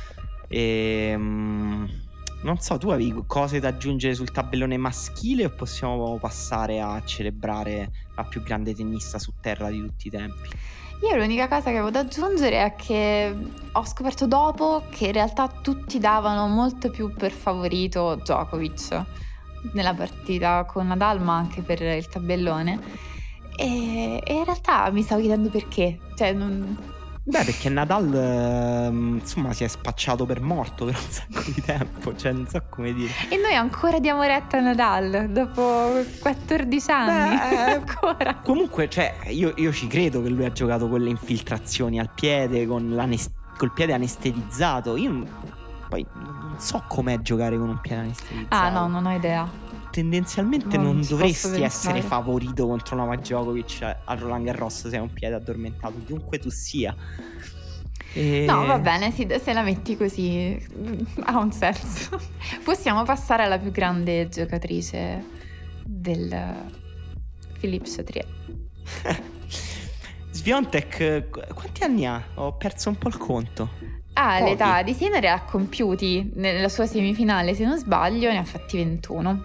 E mm, non so, tu avevi cose da aggiungere sul tabellone maschile o possiamo passare a celebrare la più grande tennista su terra di tutti i tempi? Io l'unica cosa che avevo da aggiungere è che ho scoperto dopo che in realtà tutti davano molto più per favorito Djokovic nella partita con Nadal, ma anche per il tabellone. E, e in realtà mi stavo chiedendo perché. Cioè, non... Beh, perché Nadal ehm, insomma si è spacciato per morto per un sacco di tempo, cioè non so come dire. E noi ancora diamo retta a Nadal dopo quattordici anni. Beh, ancora. Comunque, cioè, io, io ci credo che lui ha giocato con le infiltrazioni al piede, con l'anes- col piede anestetizzato. Io n- poi non so com'è giocare con un piede anestetizzato. Ah no, non ho idea. Tendenzialmente Non non, ci posso dovresti pensare. essere favorito contro Novak Djokovic al Roland Garros se hai un piede addormentato, chiunque tu sia. E... No, va bene, sì, se la metti così ha un senso. Possiamo passare alla più grande giocatrice del Philippe Chatrier. Swiatek quanti anni ha? Ho perso un po' il conto. Ah, Pochi. l'età di Sinner ha compiuti nella sua semifinale, se non sbaglio, ne ha fatti ventuno.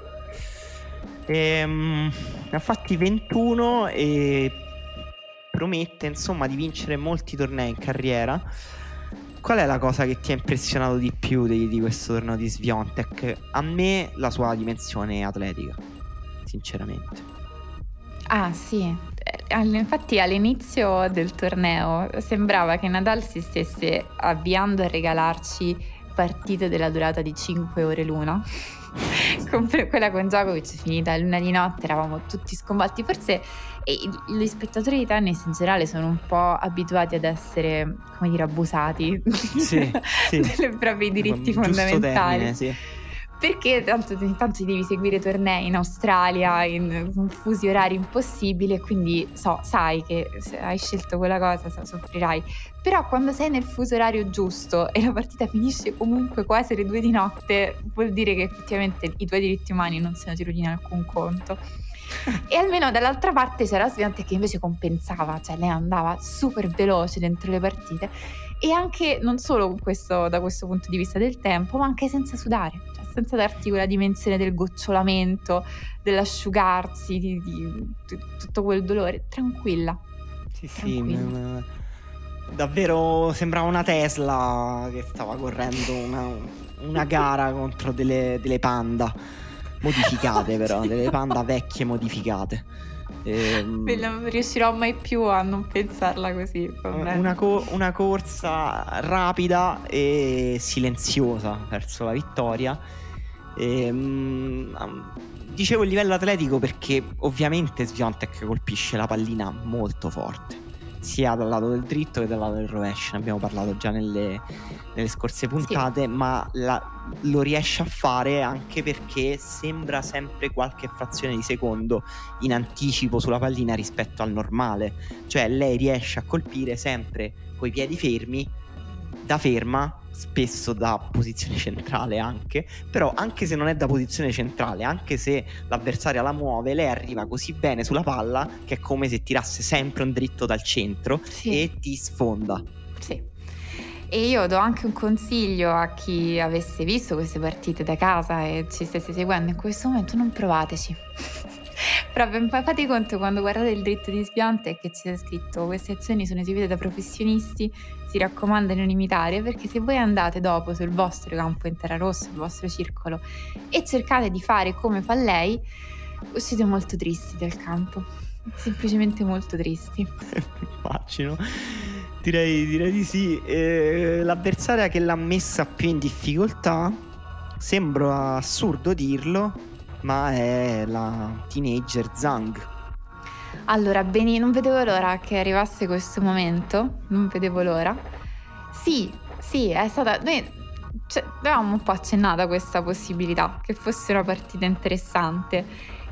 Ehm, ne ha fatti ventuno e promette insomma di vincere molti tornei in carriera. Qual è la cosa che ti ha impressionato di più di, di questo torneo di Swiatek? A me la sua dimensione atletica, sinceramente. Ah sì, Eh, infatti all'inizio del torneo sembrava che Nadal si stesse avviando a regalarci partite della durata di cinque ore l'una. Con quella con Djokovic finita l'una di notte, eravamo tutti sconvolti. Forse eh, gli spettatori di tennis in generale sono un po' abituati ad essere, come dire, abusati Sì, sì. dei propri diritti Giusto fondamentali. termine, sì. Perché tanto, tanto devi seguire tornei in Australia in, con fusi orari impossibili e quindi so, sai che se hai scelto quella cosa so, soffrirai. Però quando sei nel fuso orario giusto e la partita finisce comunque quasi alle due di notte, vuol dire che effettivamente i tuoi diritti umani non sono tenuti in alcun conto. E almeno dall'altra parte c'era Swiatek che invece compensava, cioè lei andava super veloce dentro le partite e anche non solo questo, da questo punto di vista del tempo, ma anche senza sudare, cioè senza darti quella dimensione del gocciolamento, dell'asciugarsi, di, di, di tutto quel dolore, tranquilla. Sì, tranquilla. sì, m- davvero sembrava una Tesla che stava correndo una, una gara contro delle, delle panda modificate, però delle panda vecchie modificate. Ehm, Non riuscirò mai più a non pensarla così. vabbè. una, co- una corsa rapida e silenziosa verso la vittoria. Ehm, dicevo il livello atletico perché ovviamente Swiatek colpisce la pallina molto forte, sia dal lato del dritto che dal lato del rovescio. Ne abbiamo parlato già nelle, nelle scorse puntate, sì. Ma la, lo riesce a fare anche perché sembra sempre qualche frazione di secondo in anticipo sulla pallina rispetto al normale. Cioè lei riesce a colpire sempre coi piedi fermi, da ferma, spesso da posizione centrale anche, però anche se non è da posizione centrale, anche se l'avversaria la muove, lei arriva così bene sulla palla che è come se tirasse sempre un dritto dal centro Sì. e ti sfonda. Sì. E io do anche un consiglio a chi avesse visto queste partite da casa e ci stesse seguendo in questo momento: non provateci. Proprio fa fate conto quando guardate il dritto di sbiante che c'è scritto: "Queste azioni sono eseguite da professionisti, si raccomanda di non imitare", perché se voi andate dopo sul vostro campo infrarosso, il vostro circolo, e cercate di fare come fa lei, uscite molto tristi dal campo, semplicemente molto tristi. Immagino. Direi, direi di sì. Eh, l'avversaria che l'ha messa più in difficoltà, sembra assurdo dirlo, ma è la teenager Zhang. Allora, Beni, non vedevo l'ora che arrivasse questo momento, non vedevo l'ora. Sì, sì, è stata... Noi cioè, avevamo un po' accennata questa possibilità, che fosse una partita interessante.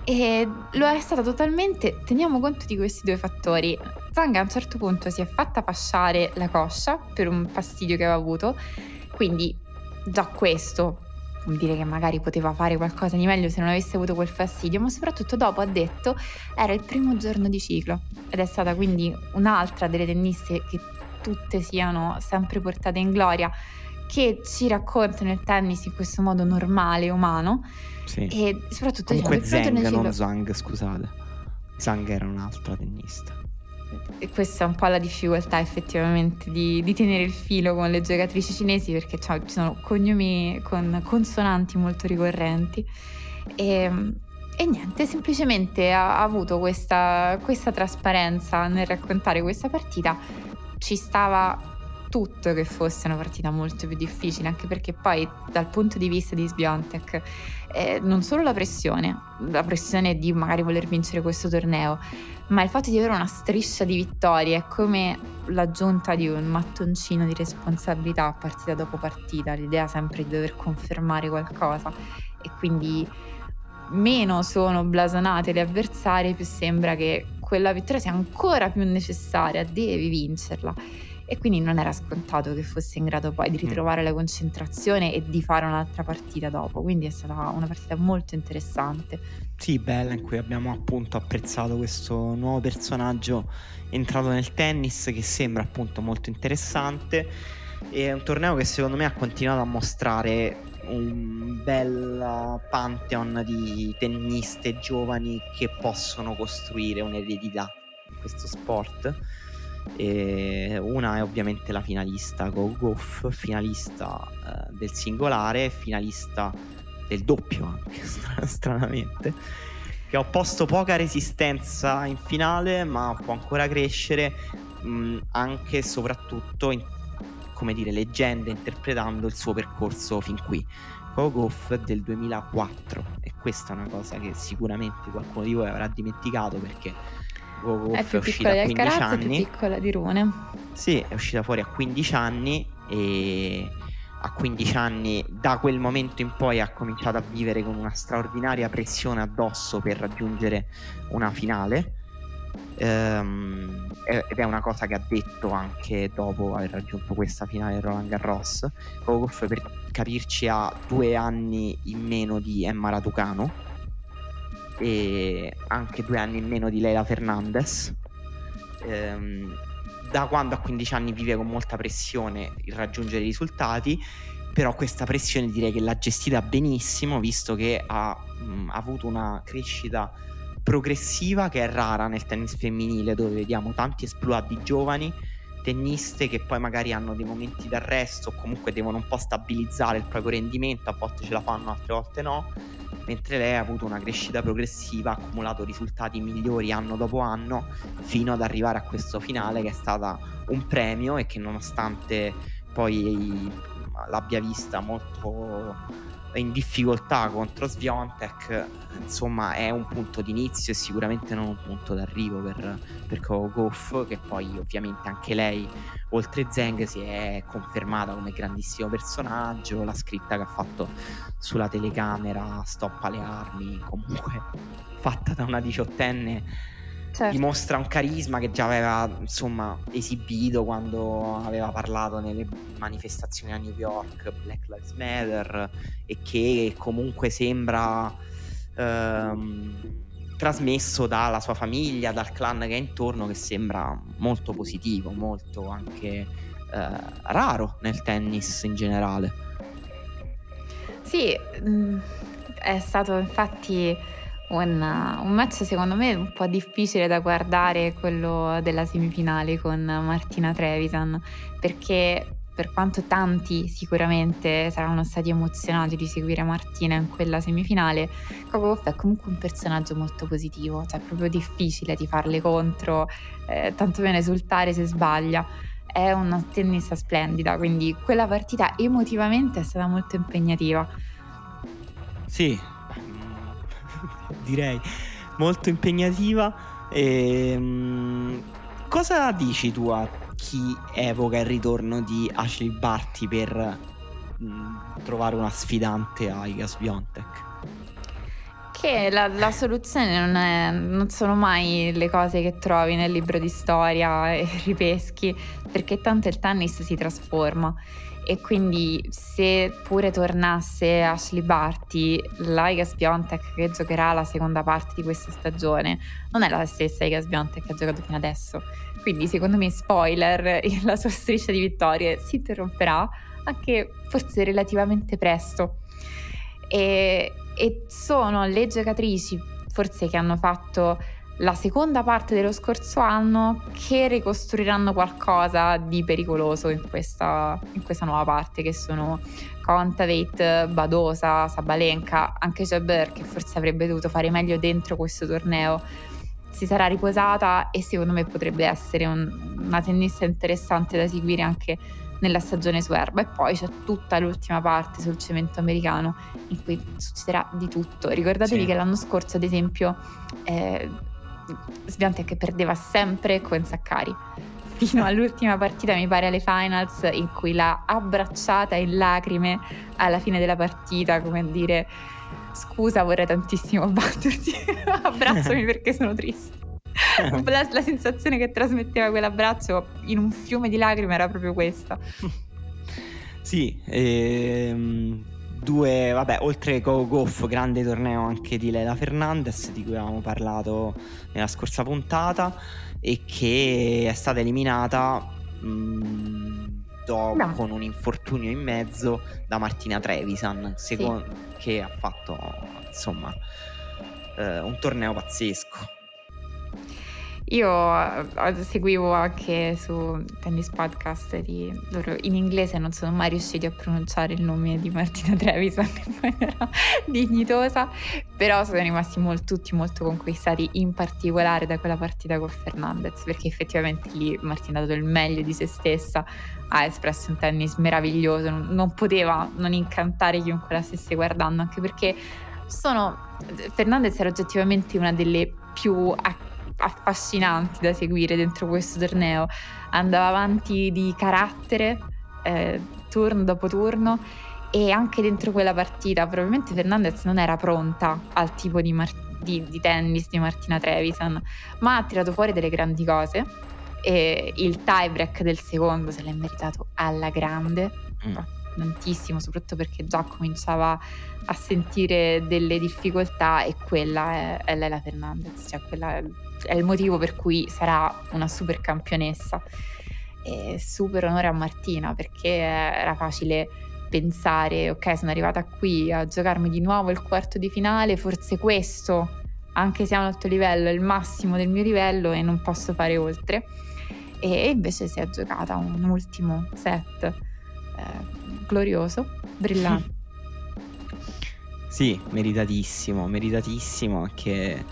E lo è stata totalmente, teniamo conto di questi due fattori. Zhang a un certo punto si è fatta fasciare la coscia per un fastidio che aveva avuto, quindi già questo vuol dire che magari poteva fare qualcosa di meglio se non avesse avuto quel fastidio, ma soprattutto dopo ha detto era il primo giorno di ciclo ed è stata quindi un'altra delle tenniste che tutte siano sempre portate in gloria, che ci raccontano il tennis in questo modo normale, umano. Sì. E soprattutto Comunque diciamo, il primo Zhang, giorno non di ciclo... Zhang, scusate. Zhang era un'altra tennista. E questa è un po' la difficoltà effettivamente di, di tenere il filo con le giocatrici cinesi, perché cioè, ci sono cognomi con consonanti molto ricorrenti. E, e niente, semplicemente ha, ha avuto questa, questa trasparenza nel raccontare questa partita. Ci stava tutto che fosse una partita molto più difficile, anche perché poi dal punto di vista di Swiatek eh, non solo la pressione, la pressione di magari voler vincere questo torneo, ma il fatto di avere una striscia di vittorie è come l'aggiunta di un mattoncino di responsabilità partita dopo partita, l'idea sempre di dover confermare qualcosa, e quindi meno sono blasonate le avversarie, più sembra che quella vittoria sia ancora più necessaria, devi vincerla. E quindi non era scontato che fosse in grado poi di ritrovare la concentrazione e di fare un'altra partita dopo, quindi è stata una partita molto interessante. Sì, bella, in cui abbiamo appunto apprezzato questo nuovo personaggio entrato nel tennis, che sembra appunto molto interessante. È un torneo che secondo me ha continuato a mostrare un bel pantheon di tenniste giovani che possono costruire un'eredità in questo sport. E una è ovviamente la finalista Coco Gauff, finalista eh, del singolare, finalista del doppio anche stranamente, che ha opposto poca resistenza in finale, ma può ancora crescere, mh, anche e soprattutto in, come dire, leggende, interpretando il suo percorso fin qui. Coco Gauff del duemilaquattro, e questa è una cosa che sicuramente qualcuno di voi avrà dimenticato, perché Coco Gauff è è, più uscita piccola a del quindici Carazzo, è più anni. piccola di Rune. Sì, è uscita fuori a quindici anni, e a quindici anni da quel momento in poi ha cominciato a vivere con una straordinaria pressione addosso per raggiungere una finale, ehm, ed è una cosa che ha detto anche dopo aver raggiunto questa finale Roland Garros. Coco Gauff, per capirci, ha due anni in meno di Emma Raducanu e anche due anni in meno di Leila Fernandez. Ehm, da quando a quindici anni vive con molta pressione il raggiungere i risultati, però questa pressione direi che l'ha gestita benissimo, visto che ha, mh, avuto una crescita progressiva che è rara nel tennis femminile, dove vediamo tanti esploit di giovani tenniste che poi magari hanno dei momenti d'arresto o comunque devono un po' stabilizzare il proprio rendimento, a volte ce la fanno, altre volte no, mentre lei ha avuto una crescita progressiva, ha accumulato risultati migliori anno dopo anno, fino ad arrivare a questo finale, che è stata un premio, e che nonostante poi l'abbia vista molto in difficoltà contro Swiatek, insomma è un punto d'inizio e sicuramente non un punto d'arrivo per, per Coco Gauff, che poi ovviamente anche lei, oltre Zhang, si è confermata come grandissimo personaggio. La scritta che ha fatto sulla telecamera "stop alle armi", comunque fatta da una diciottenne, Certo. dimostra un carisma che già aveva insomma esibito quando aveva parlato nelle manifestazioni a New York, Black Lives Matter, e che comunque sembra ehm, trasmesso dalla sua famiglia, dal clan che è intorno, che sembra molto positivo, molto anche eh, raro nel tennis in generale. Sì, mh, è stato infatti un, un match secondo me un po' difficile da guardare, quello della semifinale con Martina Trevisan, perché per quanto tanti sicuramente saranno stati emozionati di seguire Martina in quella semifinale, Coco Gauff è comunque un personaggio molto positivo, cioè è proprio difficile di farle contro, eh, tantomeno esultare se sbaglia. È una tennista splendida, quindi quella partita emotivamente è stata molto impegnativa. Sì, direi molto impegnativa. E, um, cosa dici tu a chi evoca il ritorno di Ashley Barty per um, trovare una sfidante a Iga Swiatek? Che la, la soluzione non, è, non sono mai le cose che trovi nel libro di storia e ripeschi, perché tanto il tennis si trasforma. E quindi se pure tornasse Ashley Barty, la Iga Swiatek che giocherà la seconda parte di questa stagione non è la stessa Iga Swiatek che ha giocato fino adesso. Quindi secondo me, spoiler, la sua striscia di vittorie si interromperà anche forse relativamente presto. E, e sono le giocatrici forse che hanno fatto la seconda parte dello scorso anno che ricostruiranno qualcosa di pericoloso in questa, in questa nuova parte, che sono Kontaveit, Badosa, Sabalenka, anche Jabber, che forse avrebbe dovuto fare meglio dentro questo torneo. Si sarà riposata e secondo me potrebbe essere un, una tennista interessante da seguire anche nella stagione su erba. E poi c'è tutta l'ultima parte sul cemento americano in cui succederà di tutto. Ricordatevi Sì. che l'anno scorso, ad esempio, eh, Swiatek perdeva sempre con Sakkari fino all'ultima partita, mi pare alle finals, in cui l'ha abbracciata in lacrime alla fine della partita, come a dire: scusa, vorrei tantissimo batterti, abbracciami perché sono triste. La, la sensazione che trasmetteva quell'abbraccio in un fiume di lacrime era proprio questa. Sì, ehm, due, vabbè, oltre a Coco Gauff, grande torneo anche di Leylah Fernandez, di cui avevamo parlato nella scorsa puntata, e che è stata eliminata mh, dopo, No. con un infortunio in mezzo, da Martina Trevisan, secondo, sì, che ha fatto insomma eh, un torneo pazzesco. Io seguivo anche su Tennis Podcast di loro in inglese, non sono mai riusciti a pronunciare il nome di Martina Trevisan in maniera dignitosa, però sono rimasti molto, tutti molto conquistati, in particolare da quella partita con Fernandez, perché effettivamente lì Martina ha dato il meglio di se stessa, ha espresso un tennis meraviglioso, non, non poteva non incantare chiunque la stesse guardando, anche perché sono Fernandez era oggettivamente una delle più affascinanti da seguire dentro questo torneo. Andava avanti di carattere eh, turno dopo turno, e anche dentro quella partita probabilmente Fernandez non era pronta al tipo di, mar- di, di tennis di Martina Trevisan, ma ha tirato fuori delle grandi cose, e il tie break del secondo se l'è meritato alla grande, mm. tantissimo, soprattutto perché già cominciava a sentire delle difficoltà, e quella è, è Leylah Fernandez, cioè quella è, è il motivo per cui sarà una super campionessa. E super onore a Martina, perché era facile pensare: ok, sono arrivata qui a giocarmi di nuovo il quarto di finale, forse questo, anche se a un alto livello, è il massimo del mio livello e non posso fare oltre. E invece si è giocata un ultimo set eh, glorioso, brillante. Sì, meritatissimo, meritatissimo, anche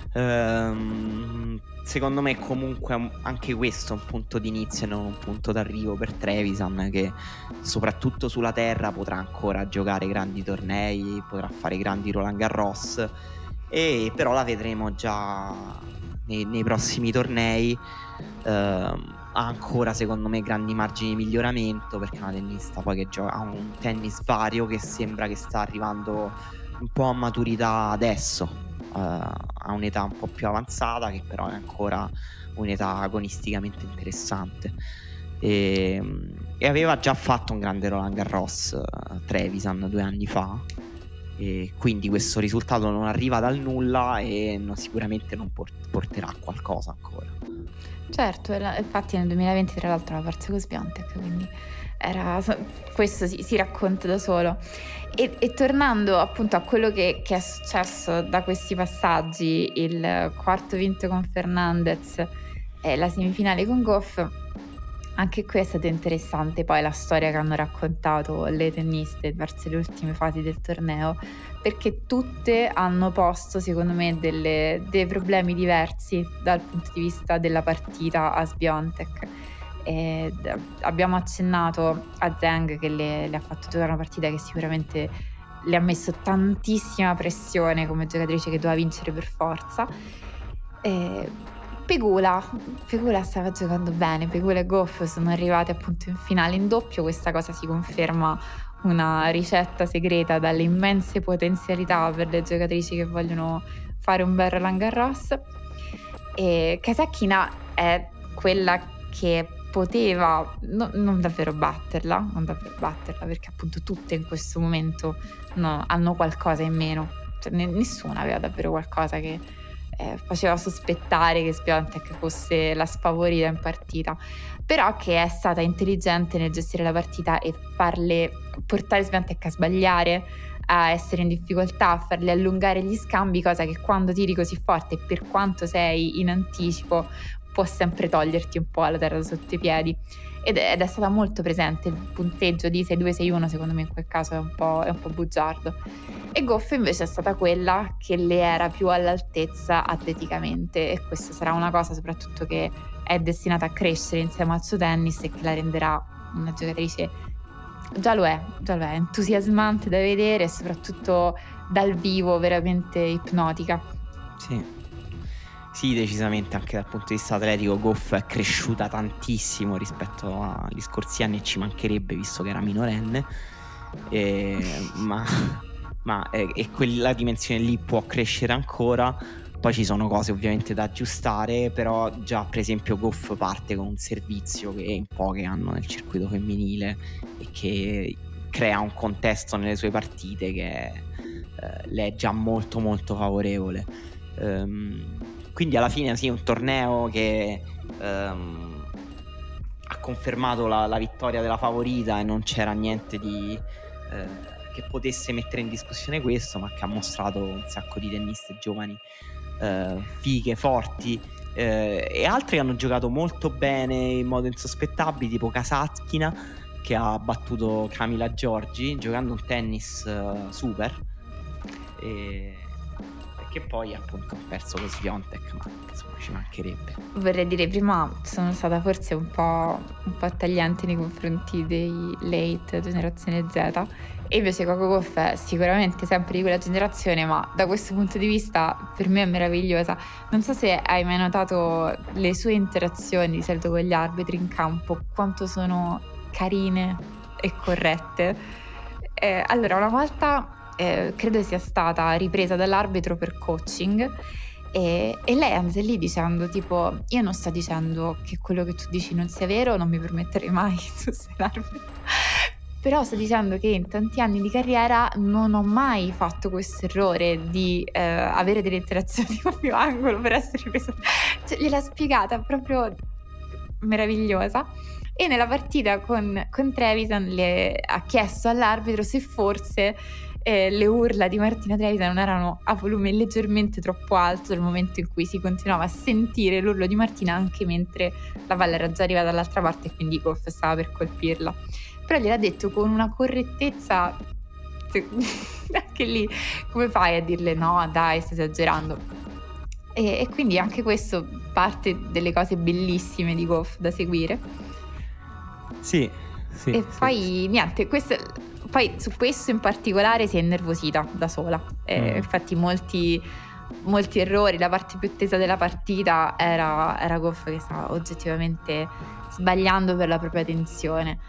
ehm, secondo me comunque anche questo è un punto d'inizio e non un punto d'arrivo per Trevisan, che soprattutto sulla terra potrà ancora giocare grandi tornei, potrà fare grandi Roland Garros, e però la vedremo già nei, nei prossimi tornei. ehm, ha ancora secondo me grandi margini di miglioramento, perché è una tennista poi che gioca, ha un tennis vario che sembra che sta arrivando un po' a maturità adesso, uh, a un'età un po' più avanzata, che però è ancora un'età agonisticamente interessante. E, e aveva già fatto un grande Roland Garros uh, Trevisan due anni fa, e quindi questo risultato non arriva dal nulla e no, sicuramente non port- porterà a qualcosa ancora. Certo, era, infatti nel duemilaventi tra l'altro aveva perso con Swiatek, quindi era, questo si, si racconta da solo. E, e tornando appunto a quello che, che è successo da questi passaggi, il quarto vinto con Fernandez e la semifinale con Goff, anche qui è stato interessante poi la storia che hanno raccontato le tenniste verso le ultime fasi del torneo, perché tutte hanno posto secondo me delle, dei problemi diversi dal punto di vista della partita a Swiatek. E abbiamo accennato a Zheng che le, le ha fatto giocare una partita che sicuramente le ha messo tantissima pressione come giocatrice che doveva vincere per forza. E Pegula, Pegula stava giocando bene, Pegula e Goff sono arrivati appunto in finale in doppio, questa cosa si conferma una ricetta segreta dalle immense potenzialità per le giocatrici che vogliono fare un bel Roland Garros. E Kasatkina è quella che poteva no, non davvero batterla, non davvero batterla, perché appunto tutte in questo momento no, hanno qualcosa in meno, cioè, ne, nessuna aveva davvero qualcosa che eh, faceva sospettare che Swiatek fosse la sfavorita in partita, però che è stata intelligente nel gestire la partita e farle portare Swiatek a sbagliare, a essere in difficoltà, a farle allungare gli scambi, cosa che quando tiri così forte, per quanto sei in anticipo, può sempre toglierti un po' la terra sotto i piedi. Ed è, ed è stata molto presente il punteggio di sei due sei uno, secondo me in quel caso è un po', è un po' bugiardo. E Goff invece è stata quella che le era più all'altezza atleticamente, e questa sarà una cosa soprattutto che è destinata a crescere insieme al suo tennis e che la renderà una giocatrice, già lo è, già lo è, entusiasmante da vedere e soprattutto dal vivo veramente ipnotica. Sì. Sì, decisamente anche dal punto di vista atletico Goff è cresciuta tantissimo rispetto agli scorsi anni, e ci mancherebbe visto che era minorenne, e, ma, ma e, e quella dimensione lì può crescere ancora. Poi ci sono cose ovviamente da aggiustare, però già per esempio Goff parte con un servizio che in poche hanno nel circuito femminile e che crea un contesto nelle sue partite che è, eh, le è già molto molto favorevole. Um, quindi alla fine sì, un torneo che um, ha confermato la, la vittoria della favorita e non c'era niente di eh, che potesse mettere in discussione questo, ma che ha mostrato un sacco di tenniste giovani eh, fighe, forti, eh, e altre che hanno giocato molto bene in modo insospettabile, tipo Kasatkina che ha battuto Camila Giorgi giocando un tennis uh, super, e che poi appunto ho perso con Swiatek, ma insomma ci mancherebbe. Vorrei dire, prima sono stata forse un po', un po' tagliente nei confronti dei late generazione Z, e invece Coco Gauff è sicuramente sempre di quella generazione, ma da questo punto di vista per me è meravigliosa. Non so se hai mai notato le sue interazioni di solito con gli arbitri in campo, quanto sono carine e corrette. Eh, allora, una volta Eh, credo sia stata ripresa dall'arbitro per coaching, e, e lei è andata lì dicendo tipo: io non sto dicendo che quello che tu dici non sia vero, non mi permetterei mai tu sei l'arbitro, però sto dicendo che in tanti anni di carriera non ho mai fatto questo errore di eh, avere delle interazioni con mio angolo per essere ripresa. Cioè, gliel'ha spiegata proprio meravigliosa. E nella partita con, con Trevisan le ha chiesto all'arbitro se forse eh, le urla di Martina Trevisan non erano a volume leggermente troppo alto, nel momento in cui si continuava a sentire l'urlo di Martina anche mentre la palla era già arrivata dall'altra parte e quindi Goff stava per colpirla. Però gliel'ha detto con una correttezza, anche lì come fai a dirle no dai stai esagerando? E, e quindi anche questo parte delle cose bellissime di Goff da seguire. Sì, sì. E sì, poi sì. niente, questo, poi su questo in particolare si è innervosita da sola. E Mm. infatti molti, molti errori, la parte più tesa della partita era, era Goff che stava oggettivamente sbagliando per la propria tensione.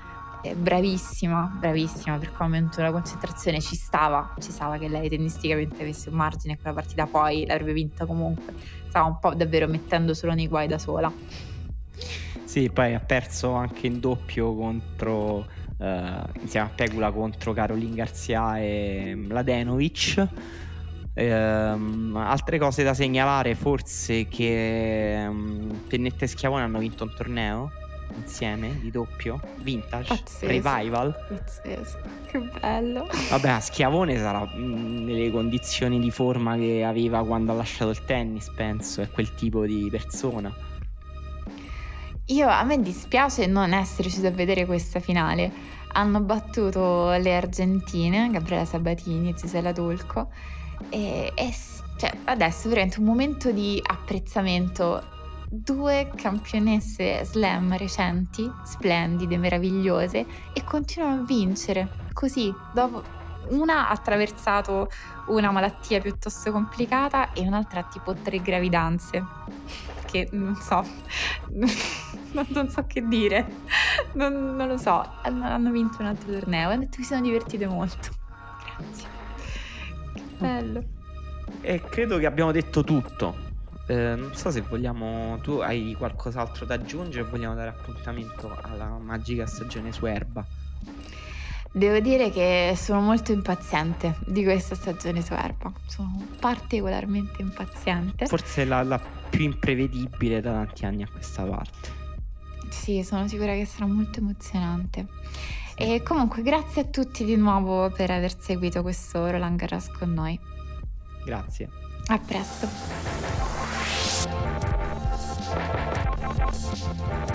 Eh, bravissima, bravissima, perché ha aumentato la concentrazione, ci stava, ci stava che lei tennisticamente avesse un margine, quella partita poi l'avrebbe vinta comunque, stava un po' davvero mettendo solo nei guai da sola. Sì, poi ha perso anche in doppio contro, eh, insieme a Pegula, contro Caroline Garcia e Mladenovic. Ehm, altre cose da segnalare, forse, che um, Pennetta e Schiavone hanno vinto un torneo insieme di doppio vintage. Pazzesco, Revival. pazzesco, che bello. Vabbè, Schiavone sarà mh, nelle condizioni di forma che aveva quando ha lasciato il tennis, penso, è quel tipo di persona. Io, a me dispiace non essere riuscita a vedere questa finale. Hanno battuto le argentine, Gabriela Sabatini e Gisela Dolco, e, e s- cioè, adesso è veramente un momento di apprezzamento. Due campionesse slam recenti, splendide, meravigliose, e continuano a vincere così. Dopo, una ha attraversato una malattia piuttosto complicata e un'altra ha tipo tre gravidanze, che non so, non, non so che dire, non, non lo so, hanno, hanno vinto un altro torneo, hanno detto che si sono divertite molto. Grazie. Che bello. E credo che abbiamo detto tutto. Eh, non so se vogliamo, tu hai qualcos'altro da aggiungere o vogliamo dare appuntamento alla magica stagione su erba? Devo dire che sono molto impaziente di questa stagione su erba, sono particolarmente impaziente. Forse la, la più imprevedibile da tanti anni a questa parte. Sì, sono sicura che sarà molto emozionante. E comunque grazie a tutti di nuovo per aver seguito questo Roland Garros con noi. Grazie. A presto.